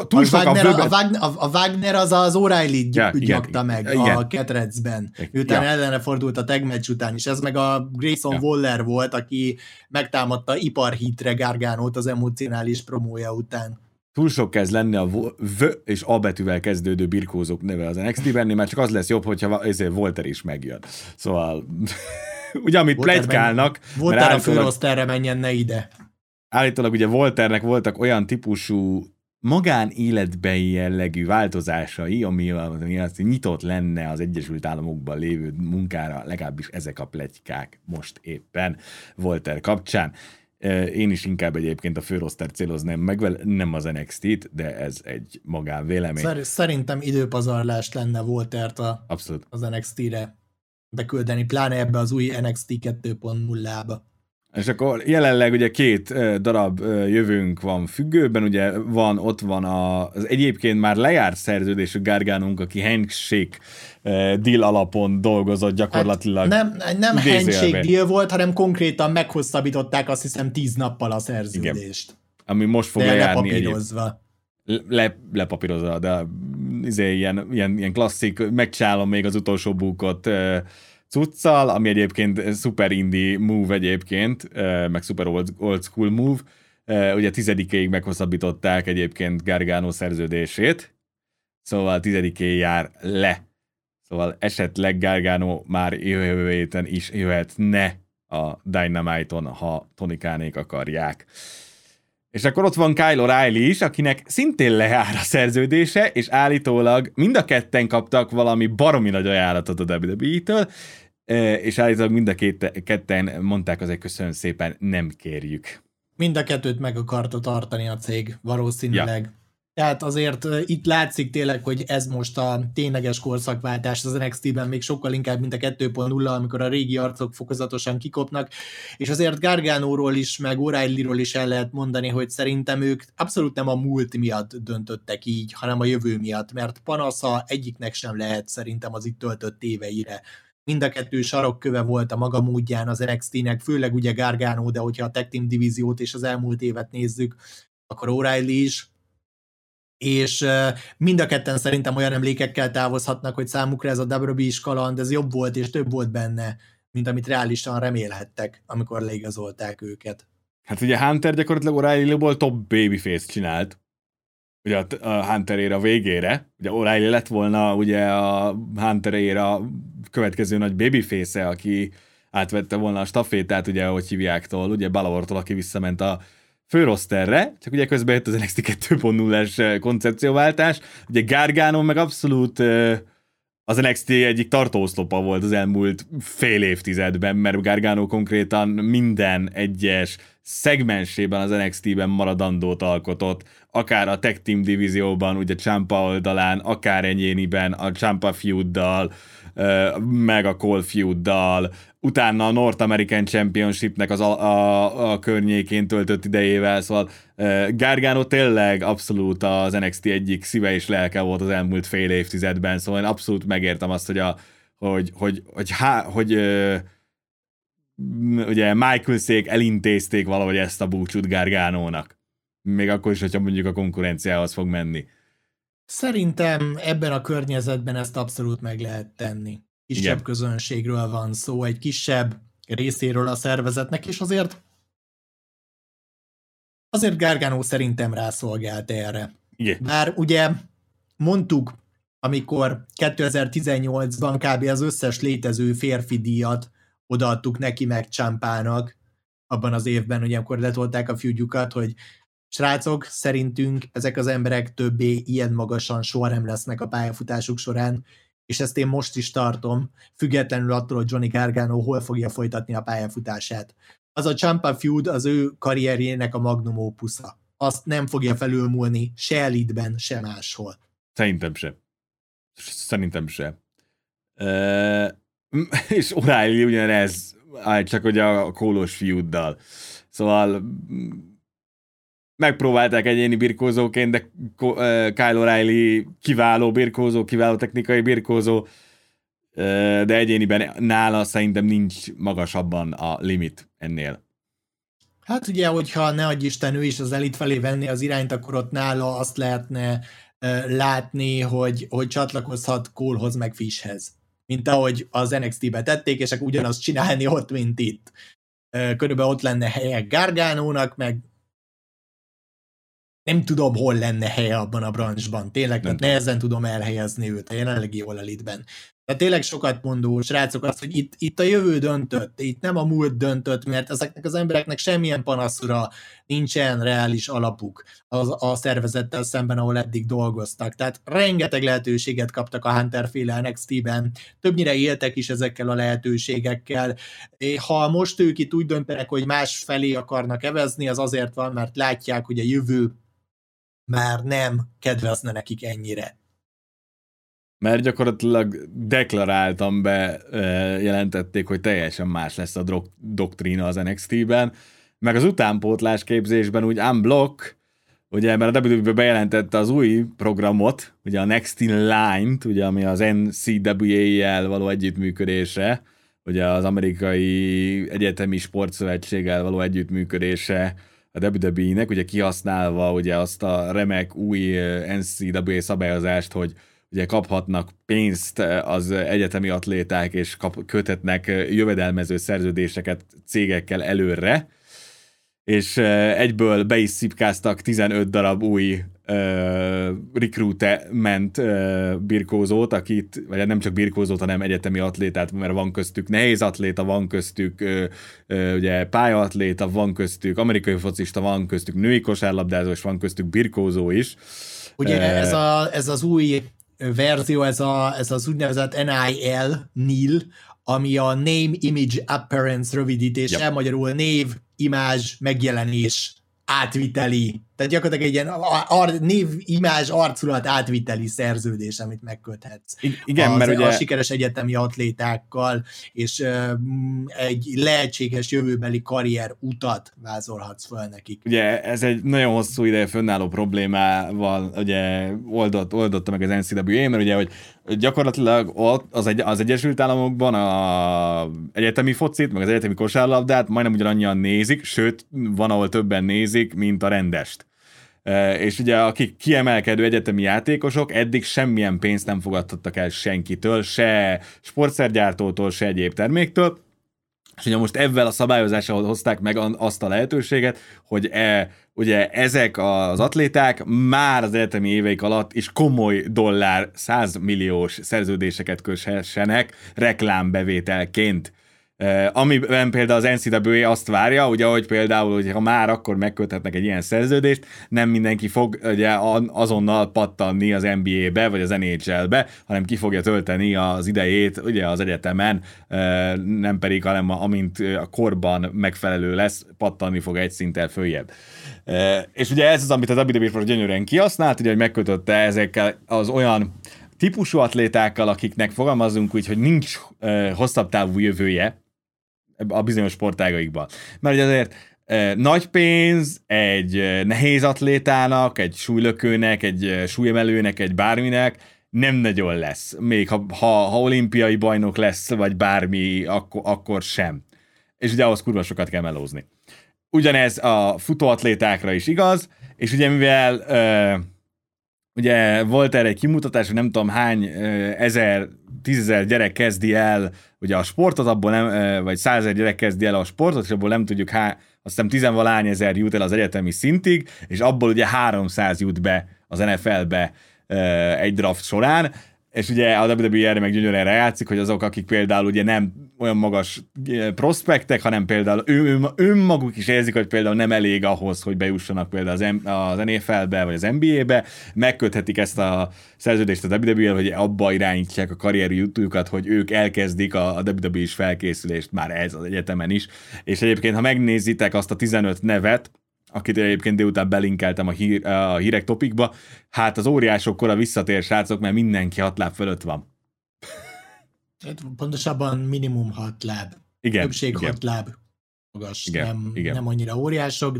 A Wagner az O'Reilly gyakta meg a ketrecben, miután ellene fordult a tag match után is. Ez meg a Grayson Waller volt, aki megtámadta iparhitre Garganót az emocionális promója után. Túl sok kezd lenni a V és A betűvel kezdődő birkózók neve az NXT-ben, mert csak az lesz jobb, hogyha Walter is megjön. Szóval, ugye amit pletykálnak... Walter a főroszterre menjen, ne ide. Állítólag ugye Walternek voltak olyan típusú magánéletbeli jellegű változásai, ami azt nyitott lenne az Egyesült Államokban lévő munkára, legalábbis ezek a pletykák most éppen Walter kapcsán. Én is inkább egyébként a főrosztert céloznám meg, nem az NXT-t, de ez egy magánvélemény. Szerintem időpazarlás lenne Waltert az NXT-re beküldeni, pláne ebbe az új NXT 2.0-ba. És akkor jelenleg ugye 2 darab jövőnk van függőben, ugye ott van az egyébként már lejárt szerződésű Garganónk, aki handshake deal alapon dolgozott gyakorlatilag. Hát nem handshake deal volt, hanem konkrétan meghosszabbították azt hiszem 10 nappal a szerződést. Igen. Ami most fog lejárni lepapírozva. Lepapírozva, de ilyen klasszik, megcsinálom még az utolsó búkot cuccal, ami egyébként szuper indie move egyébként, meg szuper old school move. Ugye 10-ig meghosszabbították egyébként Gargano szerződését, szóval 10-én jár le. Szóval esetleg Gargano már jövő héten is jöhetne a Dynamite-on, ha Tony Khanék akarják. És akkor ott van Kyle O'Reilly is, akinek szintén lejár a szerződése, és állítólag mind a ketten kaptak valami baromi nagy ajánlatot a WWE-től, és állítólag mind a ketten mondták azért köszönöm szépen, nem kérjük. Mind a kettőt meg akarta tartani a cég, valószínűleg. Ja. Tehát azért itt látszik tényleg, hogy ez most a tényleges korszakváltás az NXT-ben még sokkal inkább, mint a 2.0, amikor a régi arcok fokozatosan kikopnak, és azért Garganóról is, meg O'Reillyról is el lehet mondani, hogy szerintem ők abszolút nem a múlt miatt döntöttek így, hanem a jövő miatt, mert panasza egyiknek sem lehet szerintem az itt töltött éveire. Mind a kettő sarokköve volt a maga módján az NXT-nek, főleg ugye Gargano, de hogyha a Tag Team divíziót és az elmúlt évet nézzük, akkor O'Reilly is, és mind a ketten szerintem olyan emlékekkel távozhatnak, hogy számukra ez a WWE is kaland, ez jobb volt és több volt benne, mint amit reálisan remélhettek, amikor leigazolták őket. Hát ugye Hunter gyakorlatilag O'Reillyból top babyface csinált, ugye a Hunter a végére, ugye O'Reilly lett volna ugye a Hunter a következő nagy babyface-e, aki átvette volna a stafétát, ugye ahogy hívjáktól, ugye Balortól, aki visszament a főroszterre, csak ugye közben jött az NXT 2.0-es koncepcióváltás, ugye Gargano meg abszolút az NXT egyik tartóoszlopa volt az elmúlt fél évtizedben, mert Gargano konkrétan minden egyes szegmensében az NXT-ben maradandót alkotott, akár a Tag Team divízióban, ugye Ciampa oldalán, akár egyéniben a Ciampa feuddal, meg a Cole feuddal, utána a North American Championshipnek a környékén töltött idejével, szóval Gargano tényleg abszolút az NXT egyik szíve és lelke volt az elmúlt fél évtizedben, szóval én abszolút megértem azt, hogy ugye Michaelsék elintézték valahogy ezt a búcsút Garganónak. Még akkor is, hogyha mondjuk a konkurenciához fog menni. Szerintem ebben a környezetben ezt abszolút meg lehet tenni. Kisebb közönségről van szó, egy kisebb részéről a szervezetnek, és azért Gargano szerintem rászolgált erre. Igen. Bár ugye mondtuk, amikor 2018-ban kb. Az összes létező férfi díjat odaadtuk neki meg Ciampának, abban az évben, ugye amikor letolták a feudjukat, hogy srácok, szerintünk ezek az emberek többé ilyen magasan soha nem lesznek a pályafutásuk során, és ezt én most is tartom, függetlenül attól, hogy Johnny Gargano hol fogja folytatni a pályafutását. Az a Ciampa feud az ő karrierjének a magnum opusza. Azt nem fogja felülmúlni se Elite-ben, se máshol. Szerintem se. És O'Reilly ugyanez, csak hogy a kólós fiúddal. Szóval megpróbálták egyéni birkózóként, de Kyle O'Reilly kiváló birkózó, kiváló technikai birkózó, de egyéniben nála szerintem nincs magasabban a limit ennél. Hát ugye, hogyha ne adj Isten, ő is az elit felé venni az irányt, akkor ott nála azt lehetne látni, hogy csatlakozhat Colehoz meg Fishhez. Mint ahogy az NXT-be tették, és akkor ugyanazt csinálni ott, mint itt. Körülbelül ott lenne helye Garganónak, meg nem tudom, hol lenne helye abban a branchban. Tényleg nehezen tudom elhelyezni őt a jelenlegi All Elite-ben. De tényleg sokat mondó, srácok, azt, hogy itt a jövő döntött, itt nem a múlt döntött, mert ezeknek az embereknek semmilyen panaszra nincsen reális alapuk a szervezettel szemben, ahol eddig dolgoztak. Tehát rengeteg lehetőséget kaptak a Hunter-féle NXT-ben, többnyire éltek is ezekkel a lehetőségekkel. Ha most ők itt úgy döntenek, hogy más felé akarnak evezni, az azért van, mert látják, hogy a jövő már nem kedvezne nekik ennyire. Mert gyakorlatilag deklaráltan bejelentették, hogy teljesen más lesz a doktrína az NXT-ben, meg az utánpótlás képzésben úgy unblock, ugye, mert a WWE bejelentette az új programot, ugye a Next in Line-t, ugye, ami az NCAA-jel való együttműködése, ugye az amerikai egyetemi sportszövetséggel való együttműködése a WWE-nek, ugye kihasználva ugye azt a remek új NCAA szabályozást, hogy ugye kaphatnak pénzt az egyetemi atléták, és kötetnek jövedelmező szerződéseket cégekkel előre, és egyből be is szipkáztak 15 darab új recruitment birkózót, akit, vagy nem csak birkózót, hanem egyetemi atlétát, mert van köztük nehéz atléta, van köztük ugye pályaatléta, van köztük amerikai focista, van köztük női kosárlabdázó, és van köztük birkózó is. Ugye ez az új verzió, ez az úgynevezett NIL, ami a Name, Image, Appearance rövidítése, yep. Magyarul név, imázs, megjelenés, átviteli, tehát gyakorlatilag egy ilyen név, imázs, arculat átviteli szerződés, amit megköthetsz. Igen, mert ugye... A sikeres egyetemi atlétákkal, és egy lehetséges jövőbeli karrier utat vázolhatsz fel nekik. Ugye ez egy nagyon hosszú ideje fönnálló problémával ugye oldotta meg az NCAA, mert ugye, hogy gyakorlatilag ott az Egyesült Államokban az egyetemi focit, meg az egyetemi kosárlabdát majdnem ugyanannyian nézik, sőt, van, ahol többen nézik, mint a rendest. És ugye akik kiemelkedő egyetemi játékosok eddig semmilyen pénzt nem fogadtattak el senkitől, se sportszergyártótól, se egyéb terméktől, és ugye most ezzel a szabályozással hozták meg azt a lehetőséget, hogy ugye ezek az atléták már az egyetemi éveik alatt is komoly dollár 100 milliós szerződéseket köthessenek reklámbevételként. Amiben például az NCAA azt várja, ugye, hogy például, hogy ha már akkor megköthetnek egy ilyen szerződést, nem mindenki fog ugye, azonnal pattanni az NBA-be, vagy az NHL-be, hanem ki fogja tölteni az idejét ugye, az egyetemen, nem pedig, hanem amint a korban megfelelő lesz, pattanni fog egy szinttel följebb. És ugye ez az, amit az WWE most gyönyörűen kihasznált, ugye, hogy megkötötte ezekkel az olyan típusú atlétákkal, akiknek fogalmazunk úgy, hogy nincs hosszabb távú jövője a bizonyos sportágaikban. Mert ugye azért nagy pénz egy nehéz atlétának, egy súlylökőnek, egy súlyemelőnek, egy bárminek nem nagyon lesz. Még ha olimpiai bajnok lesz, vagy bármi, akkor sem. És ugye ahhoz kurva sokat kell melózni. Ugyanez a futóatlétákra is igaz, és ugye mivel ugye volt erre egy kimutatás, hogy nem tudom hány 10,000 gyerek kezdi el ugye a sportot, abból nem, vagy 100,000 gyerek kezdi el a sportot, és abból nem tudjuk, azt hiszem 10-valány ezer jut el az egyetemi szintig, és abból ugye 300 jut be az NFL-be egy draft során, és ugye a WWE erre meg gyönyörűen játszik, hogy azok, akik például ugye nem olyan magas prospektek, hanem például önmaguk is érzik, hogy például nem elég ahhoz, hogy bejussanak például az NFL-be vagy az NBA-be, megköthetik ezt a szerződést a WWE-vel, hogy abba irányítják a karrieri útjukat, hogy ők elkezdik a WWE-s felkészülést már ez az egyetemen is. És egyébként, ha megnézitek azt a 15 nevet, akit egyébként délután belinkeltem a hírek topikba, hát az óriások kora visszatér, srácok, mert mindenki 6 láb fölött van. Pontosabban minimum 6 láb. Igen. Többség igen. 6 láb magas. Igen, nem annyira óriások,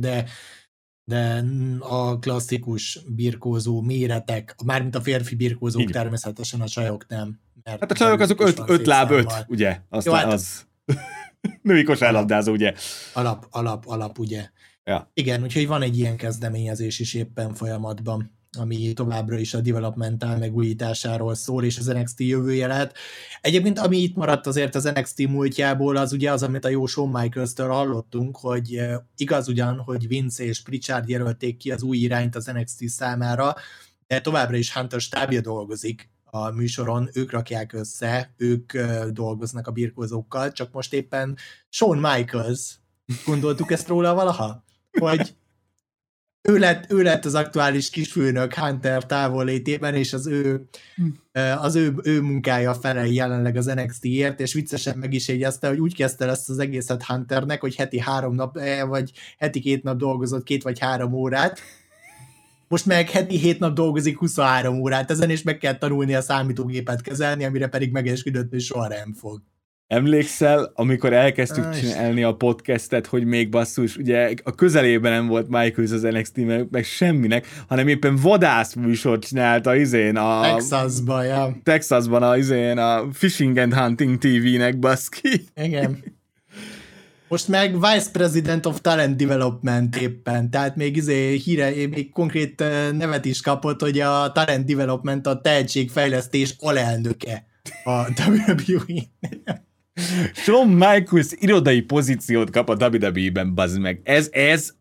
de a klasszikus birkózó méretek, mármint a férfi birkózók igen. Természetesen, a csajok nem. Hát a csajok azok 5 láb 5, ugye? Aztán jó, hát az női kosárlabdázó, ugye? Alap, ugye? Ja. Igen, úgyhogy van egy ilyen kezdeményezés is éppen folyamatban, ami továbbra is a developmental megújításáról szól, és az NXT jövője lehet. Egyébként, ami itt maradt azért az NXT múltjából, az ugye az, amit a jó Shawn Michaels-től hallottunk, hogy igaz ugyan, hogy Vince és Pritchard jelölték ki az új irányt az NXT számára, de továbbra is Hunter stábja dolgozik a műsoron, ők rakják össze, ők dolgoznak a birkózókkal, csak most éppen Shawn Michaels, gondoltuk ezt róla valaha? Hogy ő lett az aktuális kisfőnök Hunter távollétében, és az ő munkája felel jelenleg az NXT-ért, és viccesen meg is jegyezte, hogy úgy kezdte ezt az egészet Hunternek, hogy heti 3 nap, vagy heti 2 nap dolgozott 2 vagy 3 órát, most meg heti 7 nap dolgozik 23 órát ezen, és meg kell tanulni a számítógépet kezelni, amire pedig megesküdött, hogy soha nem fog. Emlékszel, amikor elkezdtük csinálni a podcastet, hogy még basszus, ugye a közelében nem volt Michaels az NXT, meg semminek, hanem éppen vadászműsort csinálta Texasban a Fishing and Hunting TV-nek, baszki. Igen. Most meg Vice President of Talent Development éppen, tehát még még konkrét nevet is kapott, hogy a Talent Development a tehetségfejlesztés alelnöke a WWE-n. Shawn Michaels irodai pozíciót kap a WWE-ben, bazd meg. Ez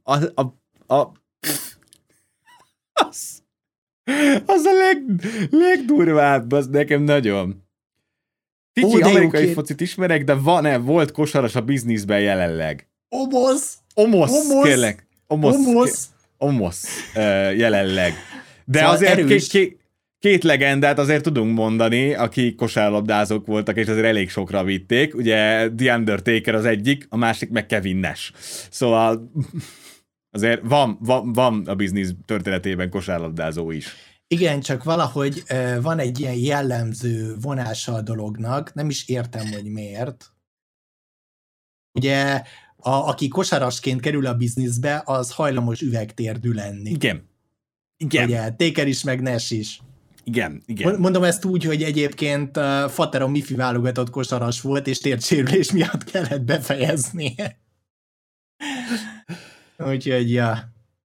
az a legdurvább, az nekem nagyon. Kicsi amerikai focit ismerek, de volt kosaras a bizniszben jelenleg. Omos, kérlek. Omos jelenleg. De szóval azért két legendát azért tudunk mondani, akik kosárlabdázók voltak, és azért elég sokra vitték. Ugye The Undertaker az egyik, a másik meg Kevin Nash. Szóval azért van a biznisz történetében kosárlabdázó is. Igen, csak valahogy van egy ilyen jellemző vonása a dolognak, nem is értem, hogy miért. Ugye, aki kosarasként kerül a bizniszbe, az hajlamos üvegtérdű lenni. Igen. Ugye, Taker is, meg Nash is. Igen. Mondom ezt úgy, hogy egyébként Fateron Mifi válogatott kosaras volt, és térdsérülés miatt kellett befejeznie. Úgyhogy, ja.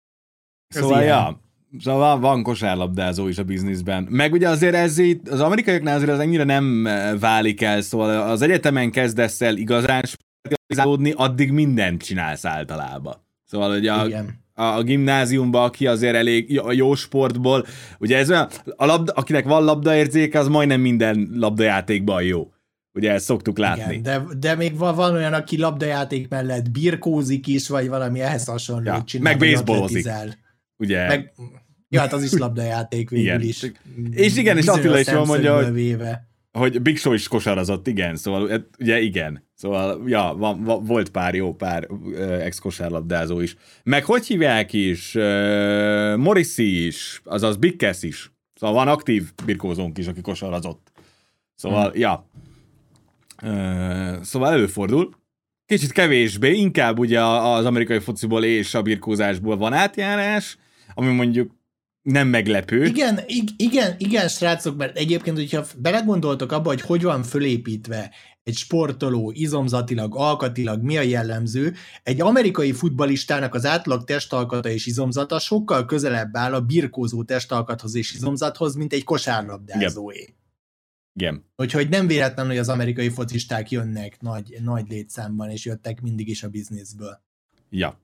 Szóval van kosárlabdázó is a bizniszben. Meg ugye azért ez itt, az amerikaiaknál azért az ennyire nem válik el, szóval az egyetemen kezdesz el igazán specializálódni, addig mindent csinálsz általában. Szóval ugye a gimnáziumban, aki azért elég a jó sportból, ugye ez olyan, akinek van labdaérzéke, az majdnem minden labdajátékban jó. Ugye ezt szoktuk látni. Igen, de még van olyan, aki labdajáték mellett birkózik is, vagy valami ehhez hasonló csinál. Meg baseballozik. Ugye? Hát az is labdajáték végül is. És igen, és Attila is jól mondja, hogy Big Show is kosarazott, igen, szóval ugye igen. Szóval, ja, volt pár ex-kosárlabdázó is. Meg hogy hívják is? Morrissey is, azaz Big Cass is. Szóval van aktív birkózónk is, aki kosarazott. Szóval, ja. Szóval előfordul. Kicsit kevésbé, inkább ugye az amerikai fociból és a birkózásból van átjárás, ami mondjuk nem meglepő. Igen, srácok, mert egyébként, hogyha belegondoltok abba, hogy van fölépítve egy sportoló izomzatilag, alkatilag, mi a jellemző, egy amerikai futballistának az átlag testalkata és izomzata sokkal közelebb áll a birkózó testalkathoz és izomzathoz, mint egy kosárlabdázóé. Igen. Úgyhogy nem véletlen, hogy az amerikai focisták jönnek nagy létszámban, és jöttek mindig is a bizniszből. Ja.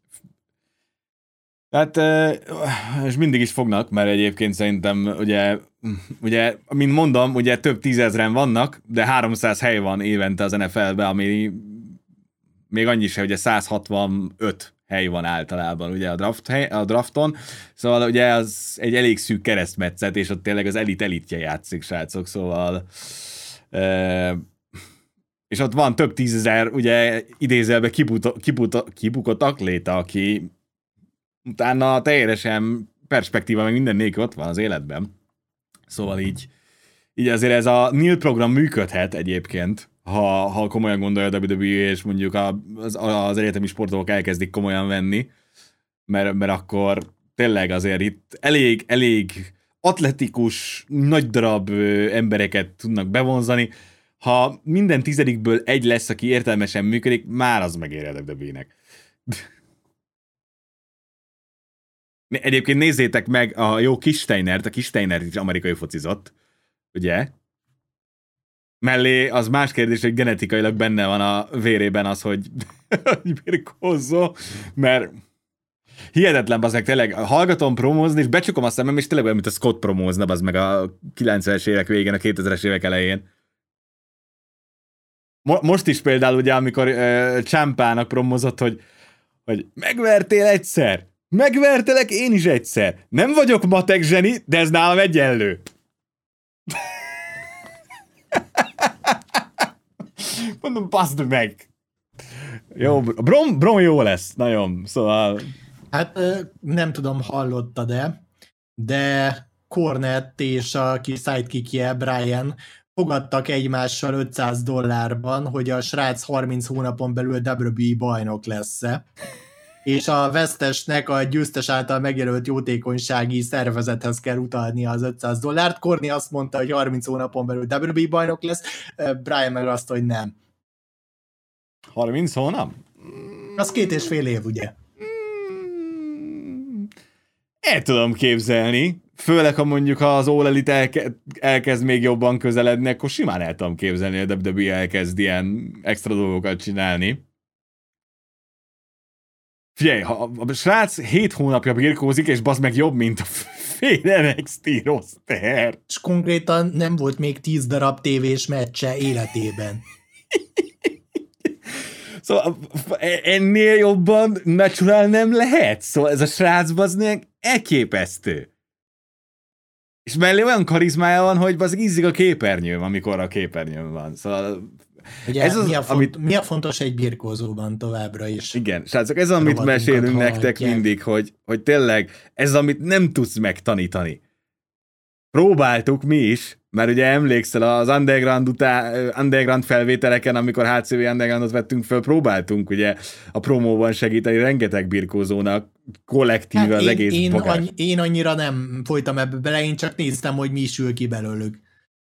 Hát, és mindig is fognak, mert egyébként szerintem, ugye, mint mondom, ugye több tízezren vannak, de 300 hely van évente az NFL-ben, ami még annyi se, ugye 165 hely van általában ugye a drafton, szóval ugye az egy elég szűk keresztmetszet, és ott tényleg az elitje játszik, srácok, szóval és ott van több tízezer, ugye idézőjelben kibukott atléta, aki utána teljesen perspektíva, meg minden nélkül ott van az életben. Szóval így azért ez a NIL program működhet egyébként, ha komolyan gondolja a WWE, és mondjuk az egyetemi sportolók elkezdik komolyan venni, mert akkor tényleg azért itt elég atletikus, nagy darab embereket tudnak bevonzani. Ha minden 10-ből egy lesz, aki értelmesen működik, már az megéri a WWE-nek. Egyébként nézzétek meg a jó Kisteiner is amerikai focizott, ugye? Mellé az más kérdés, hogy genetikailag benne van a vérében az, hogy birkózzó, mert hihetetlen, az meg tényleg hallgatom promózni, és becsukom a szemem, és tényleg olyan, mint a Scott promózna, az meg a 90-es évek végén, a 2000-es évek elején. Most is például, ugye, amikor Ciampának promózott, hogy megvertél egyszer, megvertelek én is egyszer. Nem vagyok matek zseni, de ez nálam egyenlő. Mondom, baszd meg. Jó, Brom jó lesz, nagyon, szóval... Hát nem tudom, hallottad-e, de Cornette és a kis sidekickje Brian fogadtak egymással $500, hogy a srác 30 hónapon belül WWE bajnok lesz-e. És a vesztesnek a győztes által megjelölt jótékonysági szervezethez kell utalnia az $500. Corny azt mondta, hogy 30 hónapon belül WWE bajnok lesz, Brian meg azt, hogy nem. 30 hónap? Az 2,5 év, ugye? El tudom képzelni. főleg, ha mondjuk az All Elite elkezd még jobban közeledni, akkor simán el tudom képzelni, hogy a WWE elkezd ilyen extra dolgokat csinálni. Figyelj, ha a srác 7 hónapja birkózik, és bazd meg jobb, mint a fél NXT roster. És konkrétan nem volt még 10 darab tévés meccse életében. Szóval ennél jobban natural nem lehet. Szóval ez a srác bazd meg elképesztő. És mellé olyan karizmája van, hogy bazd ízik a képernyőm, amikor a képernyőm van. Szóval ugye, ez az, mi a fontos egy birkózóban továbbra is? Igen, srácok, ez amit mesélünk nektek mindig, hogy tényleg ez, amit nem tudsz megtanítani. Próbáltuk mi is, mert ugye emlékszel az underground felvételeken, amikor HCV Undergroundot vettünk föl, próbáltunk ugye a promóban segíteni rengeteg birkózónak kollektíve az egész bagás. Én annyira nem folytam ebbe bele, én csak néztem, hogy mi sül ki belőlük.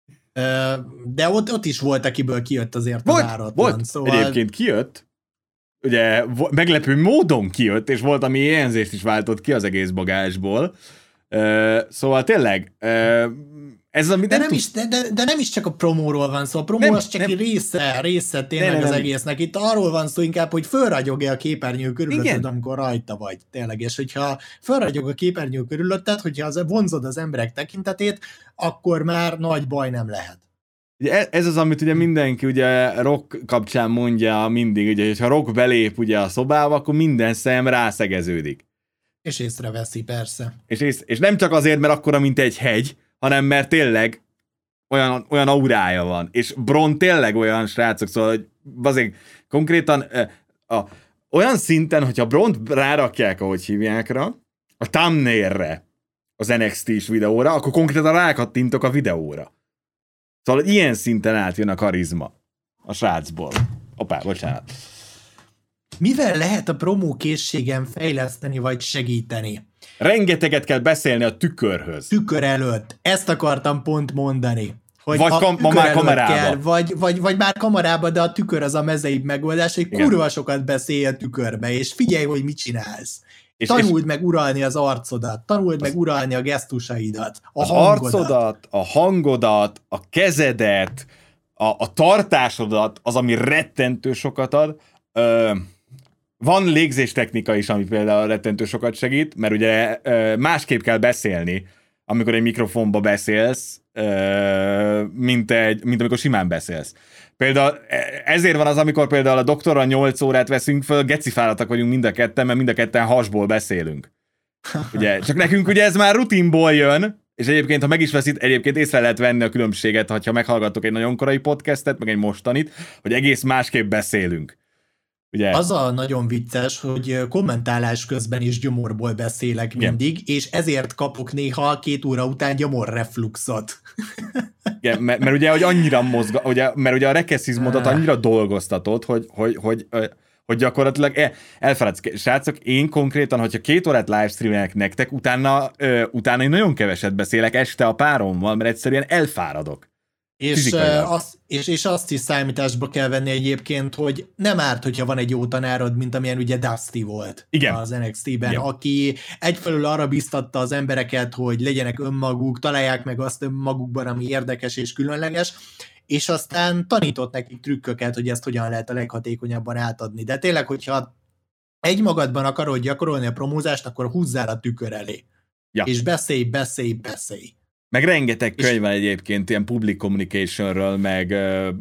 De ott is volt, akiből kijött azért a váratlan. Szóval... Egyébként kijött, ugye meglepő módon kijött, és volt, ami érzést is váltott ki az egész bagásból. Szóval tényleg ez amit de nem is csak a promóról van szó, a promó az csak része tényleg az egésznek. Itt arról van szó inkább, hogy fölragyog-e a képernyő körülötted, amikor rajta vagy. Tényleg, és hogyha fölragyog a képernyő körülötted, hogyha vonzod az emberek tekintetét, akkor már nagy baj nem lehet. Ugye ez az, amit ugye mindenki ugye Rock kapcsán mondja mindig, ugye, hogyha Rock belép ugye a szobába, akkor minden szem rászegeződik. És észreveszi, persze. És nem csak azért, mert akkora, mint egy hegy, hanem mert tényleg olyan aurája van. És Bron tényleg olyan srácok, szóval, hogy azért konkrétan olyan szinten, hogyha Bront rárakják, ahogy hívják rá, a thumbnailre az NXT-s videóra, akkor konkrétan rákattintok a videóra. Szóval ilyen szinten átjön a karizma a srácból. Hoppá, bocsánat. Mivel lehet a promó készségen fejleszteni vagy segíteni? Rengeteget kell beszélni a tükörhöz. Tükör előtt. Ezt akartam pont mondani. Hogy vagy már kamerába. Kell, vagy már kamerába, de a tükör az a mezeibb megoldás, hogy kurva sokat beszélj a tükörbe, és figyelj, hogy mit csinálsz. Tanuld meg uralni az arcodat, tanuld meg uralni a gesztusaidat, az arcodat, a hangodat, a kezedet, a tartásodat, az, ami rettentő sokat ad. Van légzéstechnika is, ami például rettentő sokat segít, mert ugye másképp kell beszélni, amikor egy mikrofonba beszélsz, mint amikor simán beszélsz. Például ezért van az, amikor például a doktorral 8 órát veszünk föl, gecifáradtak vagyunk mind a ketten, mert mind a ketten hasból beszélünk. Ugye, csak nekünk ugye ez már rutinból jön, és egyébként, ha meg is veszít, egyébként észre lehet venni a különbséget, ha meghallgattok egy nagyon korai podcastet, meg egy mostanit, hogy egész másképp beszélünk. Ugye? Az a nagyon vicces, hogy kommentálás közben is gyomorból beszélek mindig, és ezért kapok néha 2 óra után gyomorrefluxot. Igen, mert ugye, hogy annyira mert ugye a rekeszizmodat annyira dolgoztatod, hogy gyakorlatilag elfeledsz. Srácok, én konkrétan, hogyha 2 órát livestreamelek nektek, utána én nagyon keveset beszélek este a párommal, mert egyszerűen elfáradok. És azt is számításba kell venni egyébként, hogy nem árt, hogyha van egy jó tanárod, mint amilyen ugye Dusty volt az NXT-ben, aki egyfelől arra biztatta az embereket, hogy legyenek önmaguk, találják meg azt önmagukban, ami érdekes és különleges, és aztán tanított nekik trükköket, hogy ezt hogyan lehet a leghatékonyabban átadni. De tényleg, hogyha egymagadban akarod gyakorolni a promózást, akkor húzzál a tükör elé. Ja. És beszélj. Meg rengeteg könyv van egyébként ilyen public communicationről, meg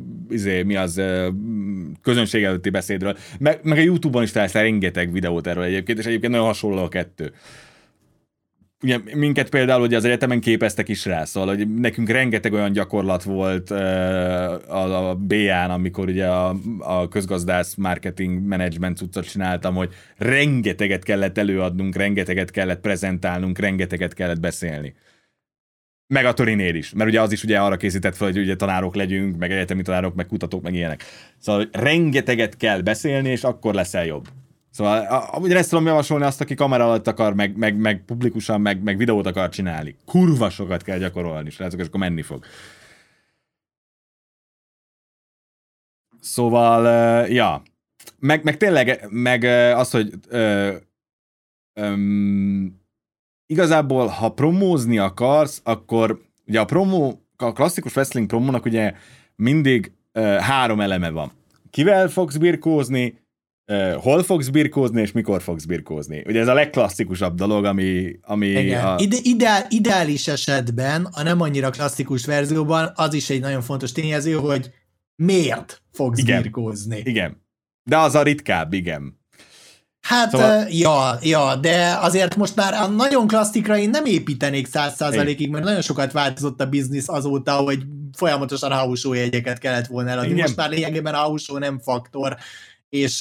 közönség előtti beszédről, meg a YouTube-on is találsz rengeteg videót erről egyébként, és egyébként nagyon hasonló a kettő. Ugye minket például ugye az egyetemen képeztek is rá, szóval hogy nekünk rengeteg olyan gyakorlat volt a BA-n, amikor ugye a közgazdász marketing management cuccot csináltam, hogy rengeteget kellett előadnunk, rengeteget kellett prezentálnunk, rengeteget kellett beszélni. Meg a Torinér is, mert ugye az is ugye arra készített fel, hogy ugye tanárok legyünk, meg egyetemi tanárok, meg kutatók, meg ilyenek. Szóval rengeteget kell beszélni, és akkor leszel jobb. Szóval ugye ezt tudom javasolni azt, aki kamera alatt akar, meg publikusan, meg videót akar csinálni. Kurva sokat kell gyakorolni, srácok, és akkor menni fog. Szóval, ja. Meg tényleg, meg az, hogy igazából, ha promózni akarsz, akkor ugye a klasszikus wrestling promónak ugye mindig 3 eleme van. Kivel fogsz birkózni, hol fogsz birkózni, és mikor fogsz birkózni. Ugye ez a legklasszikusabb dolog, ami igen. Ideális esetben, a nem annyira klasszikus verzióban, az is egy nagyon fontos tényező, hogy miért fogsz birkózni. Igen. De az a ritkább, igen. Hát, szóval... de azért most már a nagyon klasszikra én nem építenék 100%-ig, mert nagyon sokat változott a biznisz azóta, hogy folyamatosan house show jegyeket kellett volna eladni. Igen. Most már lényegében a house show nem faktor, és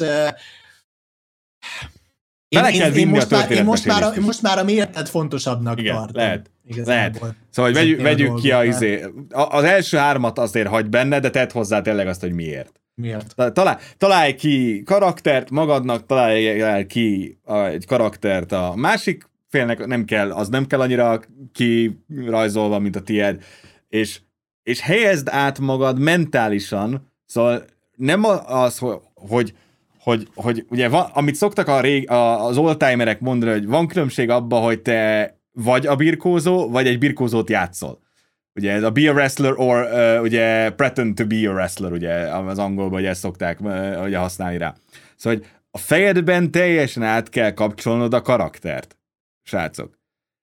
én most már a méretet fontosabb tartom. Lehet. Szóval vegyük ki az első 3-at azért hagy benne, de tedd hozzá tényleg azt, hogy miért. Találj ki karaktert magadnak, találj ki egy karaktert a másik félnek, nem kell annyira kirajzolva, mint a tied, és helyezd át magad mentálisan, szóval nem az, hogy ugye amit szoktak az oldtimerek mondani, hogy van különbség abban, hogy te vagy a birkózó, vagy egy birkózót játszol. Ugye ez a be a wrestler, or ugye pretend to be a wrestler, ugye az angolban ugye ezt szokták ugye használni rá. Szóval, hogy a fejedben teljesen át kell kapcsolnod a karaktert, srácok.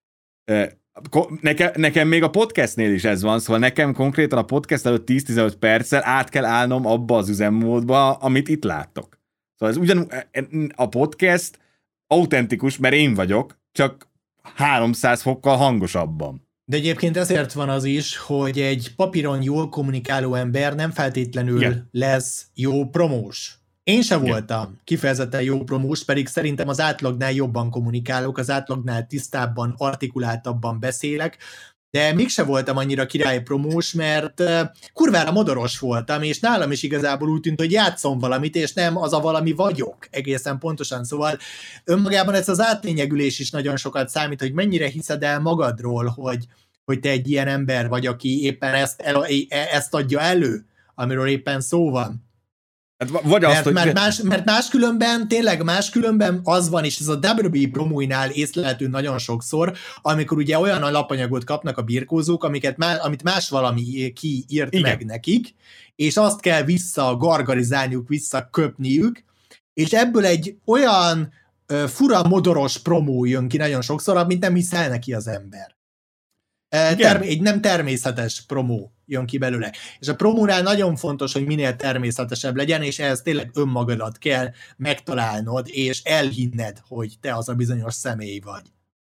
Nekem még a podcastnél is ez van, szóval nekem konkrétan a podcast előtt 10-15 perccel át kell állnom abba az üzemmódba, amit itt láttok. Szóval ez a podcast autentikus, mert én vagyok, csak 300 fokkal hangosabban. De egyébként ezért van az is, hogy egy papíron jól kommunikáló ember nem feltétlenül lesz jó promós. Én se voltam kifejezetten jó promós, pedig szerintem az átlagnál jobban kommunikálok, az átlagnál tisztábban, artikuláltabban beszélek, de mégse voltam annyira király promós, mert kurvára modoros voltam, és nálam is igazából úgy tűnt, hogy játszom valamit, és nem az a valami vagyok, egészen pontosan. Szóval önmagában ez az átlényegülés is nagyon sokat számít, hogy mennyire hiszed el magadról, hogy te egy ilyen ember vagy, aki éppen ezt adja elő, amiről éppen szó van. Hát, vagy azt, mert máskülönben az van, és ez a WWE promóinál észlelhető nagyon sokszor, amikor ugye olyan a lapanyagot kapnak a birkózók, amit más valami kiírt meg nekik, és azt kell gargarizálniuk, visszaköpniük, és ebből egy olyan fura modoros promó jön ki nagyon sokszor, amit nem hiszel neki az ember. Egy nem természetes promó jön ki belőle. És a promónál nagyon fontos, hogy minél természetesebb legyen, és ehhez tényleg önmagadat kell megtalálnod, és elhinned, hogy te az a bizonyos személy vagy.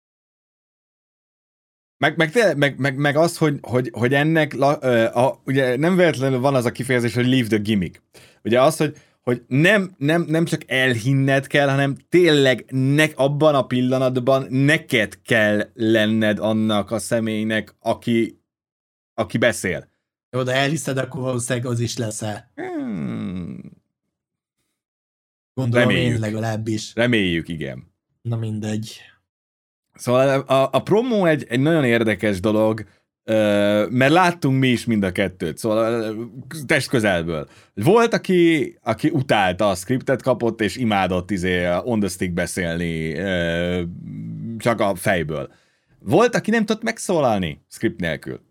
Meg az, hogy ennek ugye nem véletlenül van az a kifejezés, hogy leave the gimmick. Ugye az, hogy nem csak elhinned kell, hanem tényleg abban a pillanatban neked kell lenned annak a személynek, aki beszél. Jó, de elhiszed, akkor valószínűleg az is leszel. Gondolom reméljük. Én legalábbis. Reméljük, igen. Na mindegy. Szóval a promó egy nagyon érdekes dolog, mert láttunk mi is mind a kettőt, szóval testközelből. Volt, aki utálta a scriptet, kapott, és imádott on the stick beszélni csak a fejből. Volt, aki nem tudott megszólalni script nélkül.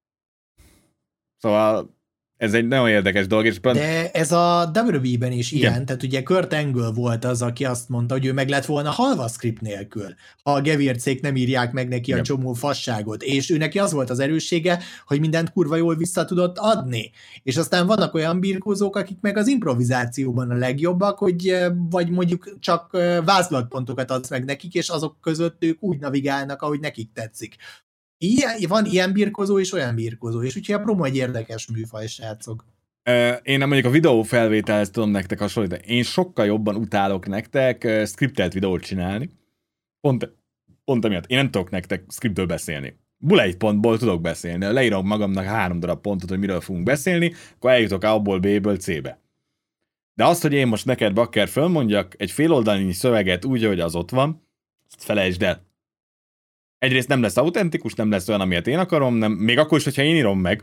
Szóval ez egy nagyon érdekes dolog. És de ez a WWE-ben is ilyen, tehát ugye Kurt Angle volt az, aki azt mondta, hogy ő meg lett volna halva script nélkül, ha a gevércék nem írják meg neki a csomó fasságot, és ő neki az volt az erőssége, hogy mindent kurva jól vissza tudott adni. És aztán vannak olyan birkózók, akik meg az improvizációban a legjobbak, hogy vagy mondjuk csak vázlatpontokat adsz meg nekik, és azok között ők úgy navigálnak, ahogy nekik tetszik. Van ilyen birkozó és olyan birkozó, és úgyhogy a promo egy érdekes műfaj, srácok. Én mondjuk a videó felvételhez tudom nektek hasonlítani. Én sokkal jobban utálok nektek scriptelt videót csinálni. Pont emiatt. Én nem tudok nektek scriptből beszélni. Bullet pontból tudok beszélni. Leírom magamnak 3 darab pontot, hogy miről fogunk beszélni, akkor eljutok A-ból B-ből C-be. De azt, hogy én most neked, bakker, fölmondjak egy féloldalnyi szöveget úgy, hogy az ott van, azt felejtsd el. Egyrészt nem lesz autentikus, nem lesz olyan, amilyet én akarom, még akkor is, hogyha én írom meg.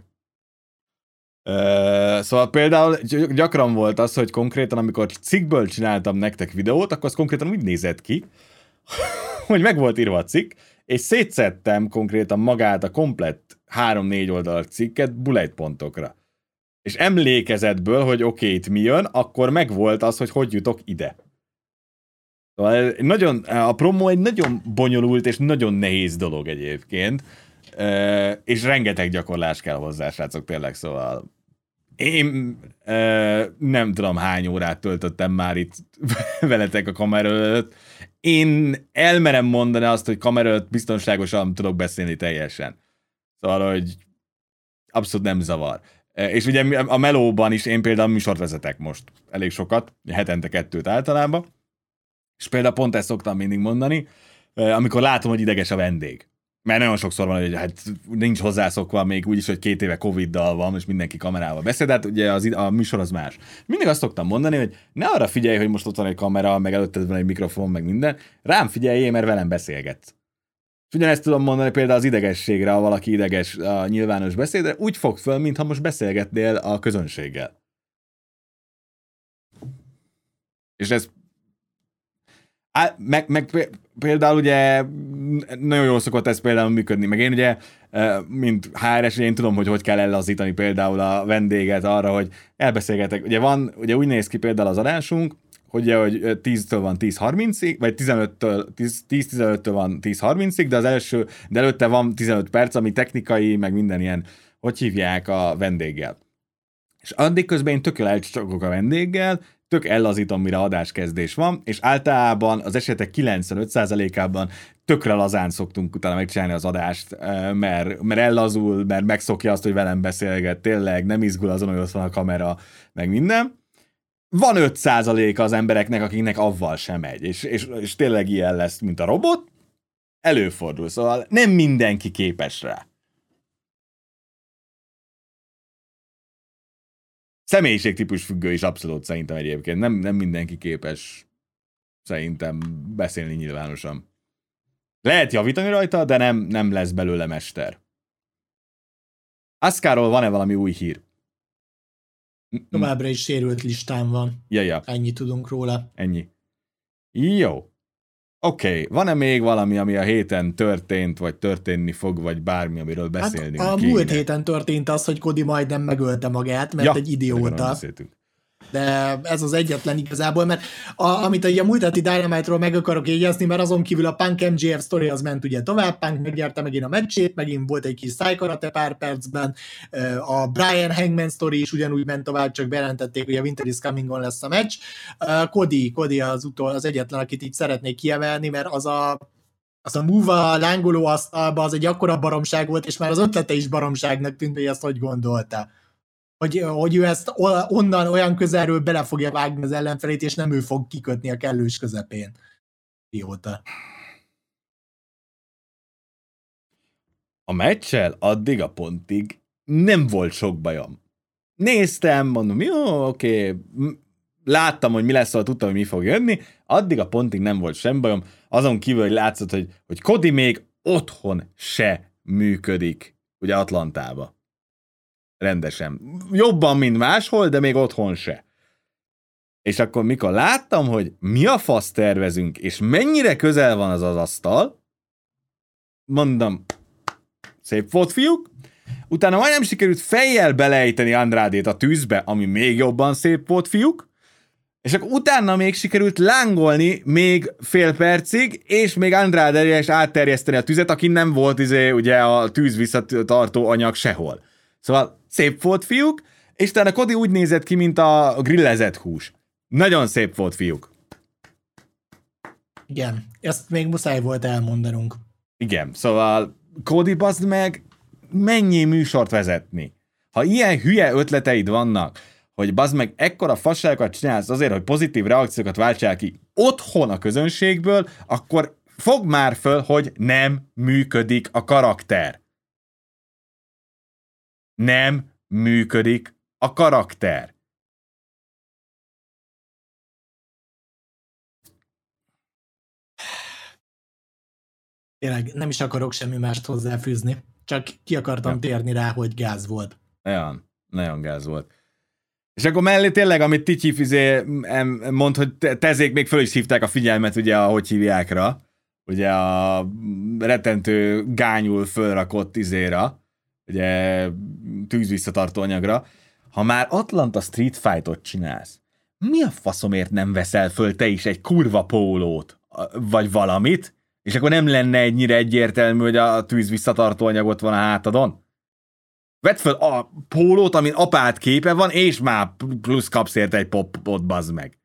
Szóval például gyakran volt az, hogy konkrétan, amikor cikkből csináltam nektek videót, akkor az konkrétan úgy nézett ki, hogy meg volt írva a cikk, és szétszettem konkrétan magát a komplett 3-4 oldalas cikket bullet pontokra. És emlékezetből, hogy oké, itt mi jön, akkor megvolt az, hogy jutok ide. Szóval nagyon, a promó egy nagyon bonyolult és nagyon nehéz dolog egyébként, és rengeteg gyakorlás kell hozzá, srácok, tényleg, szóval én nem tudom hány órát töltöttem már itt veletek a kamera előtt. Én elmerem mondani azt, hogy kamera előtt biztonságosan tudok beszélni teljesen. Szóval, hogy abszolút nem zavar. És ugye a melóban is én például műsort vezetek most elég sokat, hetente 2 általában, és például pont ezt szoktam mindig mondani, amikor látom, hogy ideges a vendég. Mert nagyon sokszor van, hogy hát nincs hozzászokva még úgyis, hogy 2 éve Covid-dal van, és mindenki kamerával beszél, de hát ugye a műsor az más. Mindig azt szoktam mondani, hogy ne arra figyelj, hogy most ott van egy kamera, meg előtted van egy mikrofon, meg minden, rám figyeljél, mert velem beszélgetsz. És ugyanezt tudom mondani például az idegességre, ha valaki ideges a nyilvános beszédre, úgy fog föl, mintha most beszélgetnél a közönséggel. És ez meg például ugye nagyon jól szokott ez például működni, meg én ugye, mint HRS, én tudom, hogy kell ellazítani például a vendéget arra, hogy elbeszélgetek. Ugye úgy néz ki például az adásunk, hogy 10-től van 10:30-ig, vagy 10-15-től van 10:30-ig, de előtte van 15 perc, ami technikai, meg minden ilyen, hogy hívják a vendéggel. És addig közben én tök jól elcsakok a vendéggel, tök ellazítom, mire adáskezdés van, és általában az esetek 95%-ában tökre lazán szoktunk utána megcsinálni az adást, mert ellazul, mert megszokja azt, hogy velem beszélget, tényleg nem izgul azon, hogy ott van a kamera, meg minden. Van 5% az embereknek, akiknek avval sem megy, és tényleg ilyen lesz, mint a robot, előfordul, szóval nem mindenki képes rá. Személyiségtípus függő is abszolút szerintem egyébként. Nem mindenki képes szerintem beszélni nyilvánosan. Lehet javítani rajta, de nem lesz belőle mester. Asukáról van-e valami új hír? Továbbra is sérült listán van. Ja. Ennyit tudunk róla. Ennyi. Jó. Oké. Van-e még valami, ami a héten történt, vagy történni fog, vagy bármi, amiről beszélnünk a múlt héten történt az, hogy Cody majdnem megölte magát, mert egy idióta. De ez az egyetlen igazából, mert amit a múlt heti Dynamite-ról meg akarok jegyezni, mert azon kívül a Punk MJF sztori az ment ugye tovább, Punk megnyerte megint a meccsét, megint volt egy kis szájkarate pár percben, a Brian Hangman sztori is ugyanúgy ment tovább, csak bejelentették, hogy a Winter is Coming-on lesz a meccs. Cody az egyetlen, akit így szeretnék kiemelni, mert az a move a lángoló asztalba, az egy akkora baromság volt, és már az ötlete is baromságnak tűnt, hogy ezt hogy gondolta. Hogy ő ezt onnan olyan közelről bele fogja vágni az ellenfelét, és nem ő fog kikötni a kellős közepén. Idióta. A meccsel addig a pontig nem volt sok bajom. Néztem, mondom, jó, oké, láttam, hogy mi lesz, szóval tudtam, hogy mi fog jönni, addig a pontig nem volt sem bajom, azon kívül, hogy látszott, hogy Cody még otthon se működik, ugye Atlantába. Rendesen. Jobban, mint máshol, de még otthon se. És akkor mikor láttam, hogy mi a fasz tervezünk, és mennyire közel van az asztal, mondom, szép volt, fiúk. Utána majdnem sikerült fejjel belejteni Andrádét a tűzbe, ami még jobban szép volt, fiúk. És akkor utána még sikerült lángolni még fél percig, és még Andrádére is átterjeszteni a tüzet, aki nem volt ugye a tűz visszatartó anyag sehol. Szóval szép volt, fiúk, és utána Cody úgy nézett ki, mint a grillezett hús. Nagyon szép volt, fiúk. Igen, ezt még muszáj volt elmondanunk. Igen, szóval Cody, bazd meg, mennyi műsort vezetni? Ha ilyen hülye ötleteid vannak, hogy bazd meg ekkora fasságokat csinálsz azért, hogy pozitív reakciókat váltsál ki otthon a közönségből, akkor fogd már föl, hogy nem működik a karakter. Nem működik a karakter. Tényleg nem is akarok semmi mást hozzáfűzni, csak ki akartam térni rá, hogy gáz volt. Nagyon gáz volt. És akkor mellé tényleg, amit Ticsi mond, hogy Tezék még föl is hívták a figyelmet ugye a hogy hívjákra, ugye a rettentő gányul fölrakott izéra, ugye tűzvisszatartó anyagra, ha már Atlanta Street Fightot csinálsz, mi a faszomért nem veszel föl te is egy kurva pólót, vagy valamit, és akkor nem lenne ennyire egyértelmű, hogy a tűzvisszatartó anyagot van a hátadon? Vedd föl a pólót, amin apád képe van, és már plusz kapsz érte egy popot, bazd meg.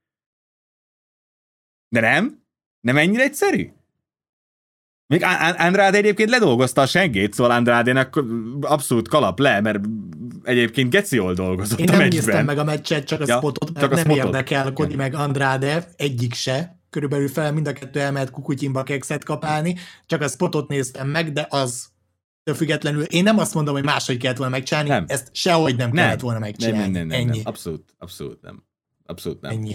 De nem? Nem ennyire egyszerű? Még Andrade egyébként ledolgozta a sengét, szóval Andrade-nek abszolút kalap le, mert egyébként geci jól dolgozott Én a nem meccsben. néztem meg a meccset, csak a spotot, mert nem érdekel Cody meg Andrade, egyik se. Körülbelül fel mind a kettő elmehet kukutyinba kekszet kapálni, csak a spotot néztem meg, de az függetlenül, én nem azt mondom, hogy máshogy kellett volna megcsinálni, nem. Ezt sehogy nem kellett volna megcsinálni. Nem. Ennyi. Abszolút nem. Ennyi.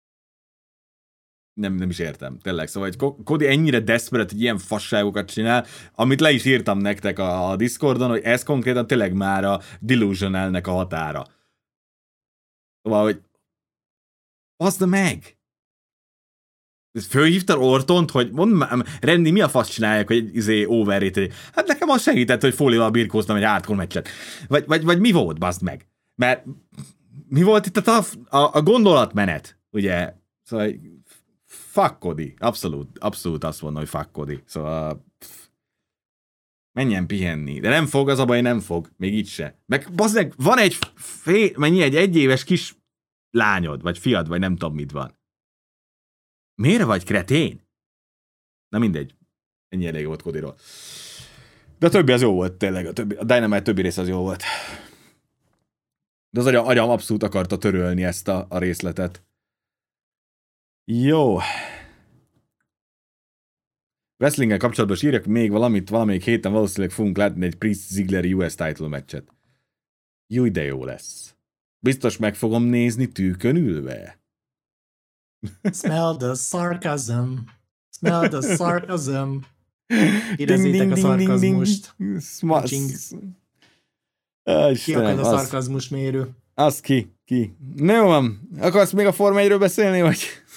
Nem is értem, tényleg. Szóval, hogy Cody ennyire desperate, hogy ilyen fasságokat csinál, amit le is írtam nektek a Discordon, hogy ez konkrétan tényleg már a delusionalnek a határa. Szóval, hogy haszd meg! Fölhívtad Ortont, hogy mondd már, Randy, mi a fasz csinálják, hogy overrated? Hát nekem az segített, hogy Foley-val birkóztam egy hardcore meccset. Vagy mi volt, baszd meg? Mert mi volt itt a gondolatmenet, ugye? Szóval fuck Cody. Abszolút azt mondom, hogy fuck Cody. Szóval menjen pihenni. De nem fog, az a baj, nem fog. Még így se. Meg baszd meg, van egy egy éves kis lányod, vagy fiad, vagy nem tudom mit van. Miért vagy kretén? Na mindegy. Ennyi elég volt Codyról. De a többi az jó volt, tényleg. A Dynamite többi része az jó volt. De az agyam abszolút akarta törölni ezt a részletet. Jó. Wrestlinggel kapcsolatban is írjak még valamelyik héten valószínűleg fogunk látni egy Priest Ziggler US title meccset. Jó, de jó lesz. Biztos meg fogom nézni tűkön ülve. Smell the sarcasm. Smell the sarcasm. Érezzétek a szarkazmust. Ki akad a szarkazmus mérő? Az ki. Nem van. Akarsz még a Forma 1-ről beszélni, vagy?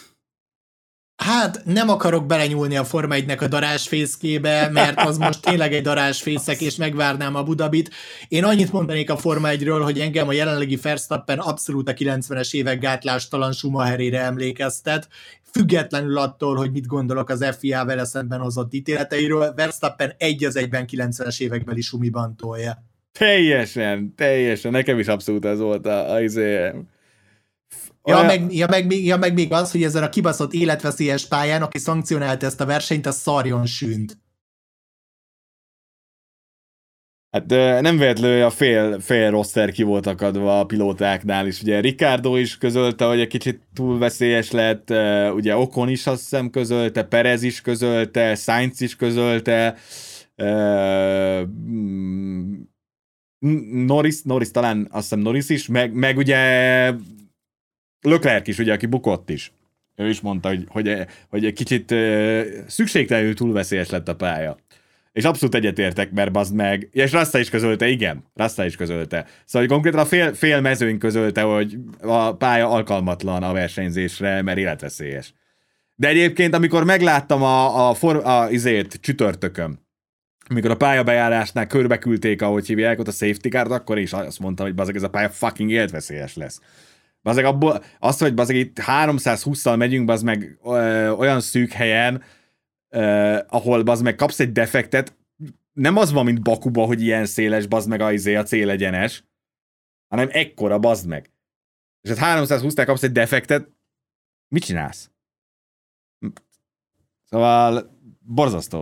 Hát nem akarok belenyúlni a Forma 1-nek a darásfészkébe, mert az most tényleg egy darásfészek, és megvárnám a Budabit. Én annyit mondanék a Forma 1-ről, hogy engem a jelenlegi Verstappen abszolút a 90-es évek gátlástalan Schumacherére emlékeztet, függetlenül attól, hogy mit gondolok az FIA vele szemben hozott ítéleteiről, Verstappen egy az egyben 90-es évekbeli Schumiban tolja. Teljesen. Nekem is abszolút ez volt az meg még az, hogy ezen a kibaszott életveszélyes pályán, aki szankcionálta ezt a versenyt, az szarjon sűnt. Hát nem véletlenül a fél roster ki volt akadva a pilótáknál is. Ugye Ricardo is közölte, hogy egy kicsit túl veszélyes lett, ugye Ocon is azt hiszem közölte, Perez is közölte, Sainz is közölte, Norris talán, azt hiszem Norris is, meg ugye Leclerc is, ugye, aki bukott is. Ő is mondta, hogy egy kicsit szükségtelenül túl veszélyes lett a pálya. És abszolút egyetértek, mert bazd meg. És Russell is közölte, igen. Russell is közölte. Szóval konkrétan a fél mezőny közölte, hogy a pálya alkalmatlan a versenyzésre, mert életveszélyes. De egyébként, amikor megláttam izét csütörtökön, amikor a pályabejárásnál körbeküldték, ahogy hívják ott a safety card, akkor is azt mondtam, hogy bazeg, ez a pálya fucking életveszélyes lesz. Bazeg, abból azt, hogy bazeg itt 320-szal megyünk, bazd meg olyan szűk helyen, ahol bazd meg kapsz egy defektet, nem az van, mint Bakuba, hogy ilyen széles, bazd meg a célegyenes, hanem ekkora, bazd meg. És hát 320-nál kapsz egy defektet, mit csinálsz? Szóval borzasztó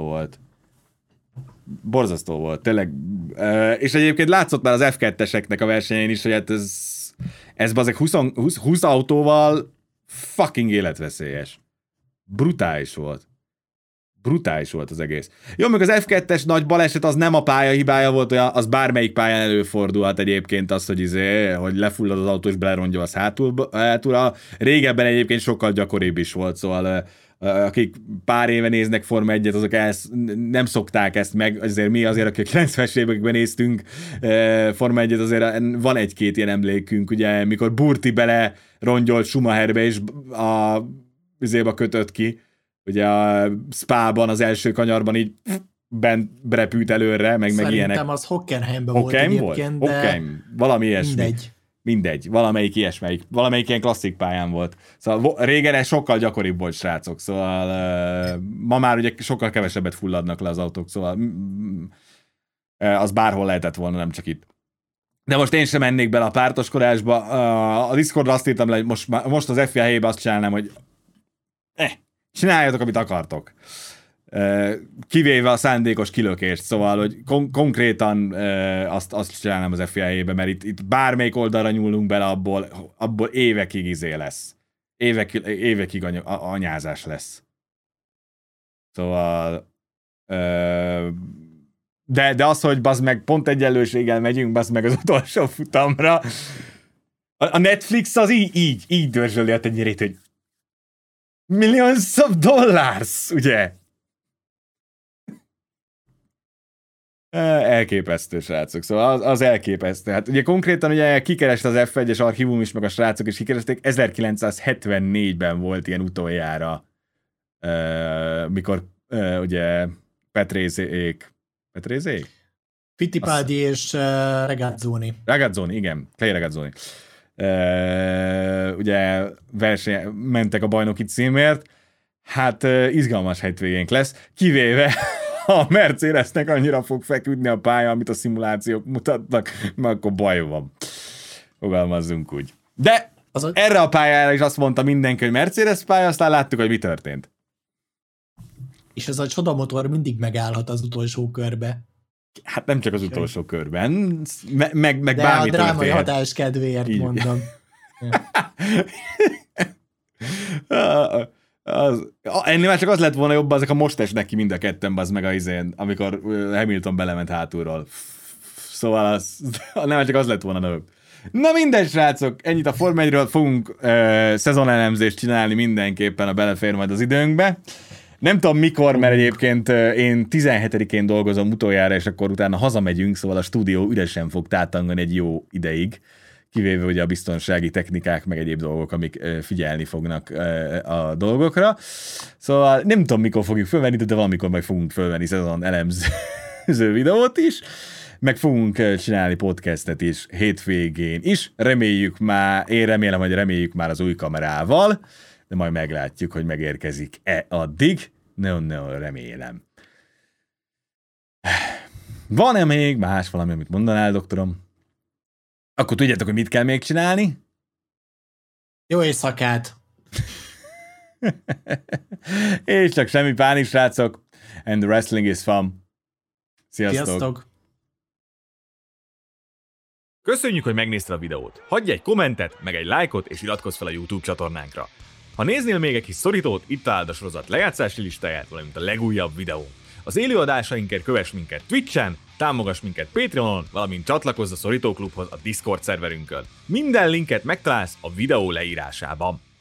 volt, tényleg. És egyébként látszott már az F2-eseknek a versenyein is, hogy hát ez bazeg 20 autóval fucking életveszélyes. Brutális volt az egész. Jó, meg az F2-es nagy baleset az nem a pálya hibája volt, az bármelyik pályán előfordulhat egyébként az, hogy lefullad az autó és belerongyol az hátulra. Régebben egyébként sokkal gyakoribb is volt, szóval akik pár éve néznek Forma 1-et, azok nem szokták ezt meg, azért mi akik 90-es években néztünk Forma 1-et, azért van egy-két ilyen emlékünk, ugye, mikor Burti bele rongyolt Schumacherbe, és a kötött ki. ugye a Spa-ban az első kanyarban így bent repült előre, meg ilyenek. Szerintem az Hockenheimben volt egyébként, de Hockenheim, valami ilyesmi. Mindegy, valamelyik ilyen klasszik pályán volt. Szóval régen ez sokkal gyakoribb volt, srácok, szóval ma már ugye sokkal kevesebbet fulladnak le az autók, szóval az bárhol lehetett volna, nem csak itt. De most én sem mennék bele a pártoskodásba. A Discordra azt írtam le, hogy most az FIA helyébe azt csinálnám, hogy csináljatok, amit akartok. Kivéve a szándékos kilökést, szóval, hogy konkrétan azt csinálnám az FIA helyébe, mert itt bármelyik oldalra nyúlunk bele, abból évekig lesz. Évekig anyázás lesz. Szóval de az, hogy bazd meg pont egyenlőséggel megyünk, bazd meg az utolsó futamra, a Netflix az így dörzsöli a tenyerét, hogy millions of dollars, ugye? Elképesztő, srácok. Szóval az elképesztő. Hát ugye konkrétan ugye kikereste az F1-es archívum is, meg a srácok is kikeresték. 1974-ben volt ilyen utoljára, mikor ugye Petrézék? Fittipaldi és Regazzoni. Igen. Clay Regazzoni. Ugye mentek a bajnoki címért. Hát izgalmas hétvégénk lesz, kivéve a Mercedesnek annyira fog feküdni a pálya, amit a szimulációk mutatnak, mert akkor baj van. Fogalmazzunk úgy. De erre a pályára is azt mondta mindenki, hogy Mercedes pálya, aztán láttuk, hogy mi történt. És ez a csodamotor mindig megállhat az utolsó körbe. Hát nem csak az utolsó körben, meg bármi történt. De a drámai hatás kedvéért így mondom. Ennél már csak az lett volna jobb, azok a most esnek ki mind a ketten, az meg amikor Hamilton belement hátulról. Szóval nem csak az lett volna jobb. Na mindegy, srácok, ennyit a Forma 1-ről, fogunk szezonelemzést csinálni mindenképpen, a belefér majd az időnkbe. Nem tudom mikor, mert egyébként én 17-én dolgozom utoljára, és akkor utána hazamegyünk, szóval a stúdió üresen fog tátangani egy jó ideig, kivéve ugye a biztonsági technikák, meg egyéb dolgok, amik figyelni fognak a dolgokra. Szóval nem tudom, mikor fogjuk fölvenni, de valamikor majd fogunk fölvenni szezon elemző videót is, meg fogunk csinálni podcastet is hétvégén is. Én remélem, hogy reméljük már az új kamerával, de majd meglátjuk, hogy megérkezik-e addig. Nagyon remélem. Van-e még más valami, amit mondanál, doktorom? Akkor tudjátok, hogy mit kell még csinálni? Jó éjszakát! És csak semmi pánik, srácok. And the wrestling is fun. Sziasztok! Köszönjük, hogy megnézted a videót. Hagyj egy kommentet, meg egy lájkot, és iratkozz fel a YouTube csatornánkra. Ha néznél még egy kis szorítót, itt találd a sorozat lejátszási listáját, valamint a legújabb videó. Az élőadásainkért kövess minket Twitchen, támogass minket Patreonon, valamint csatlakozz a Szorítóklubhoz a Discord szerverünkön. Minden linket megtalálsz a videó leírásában.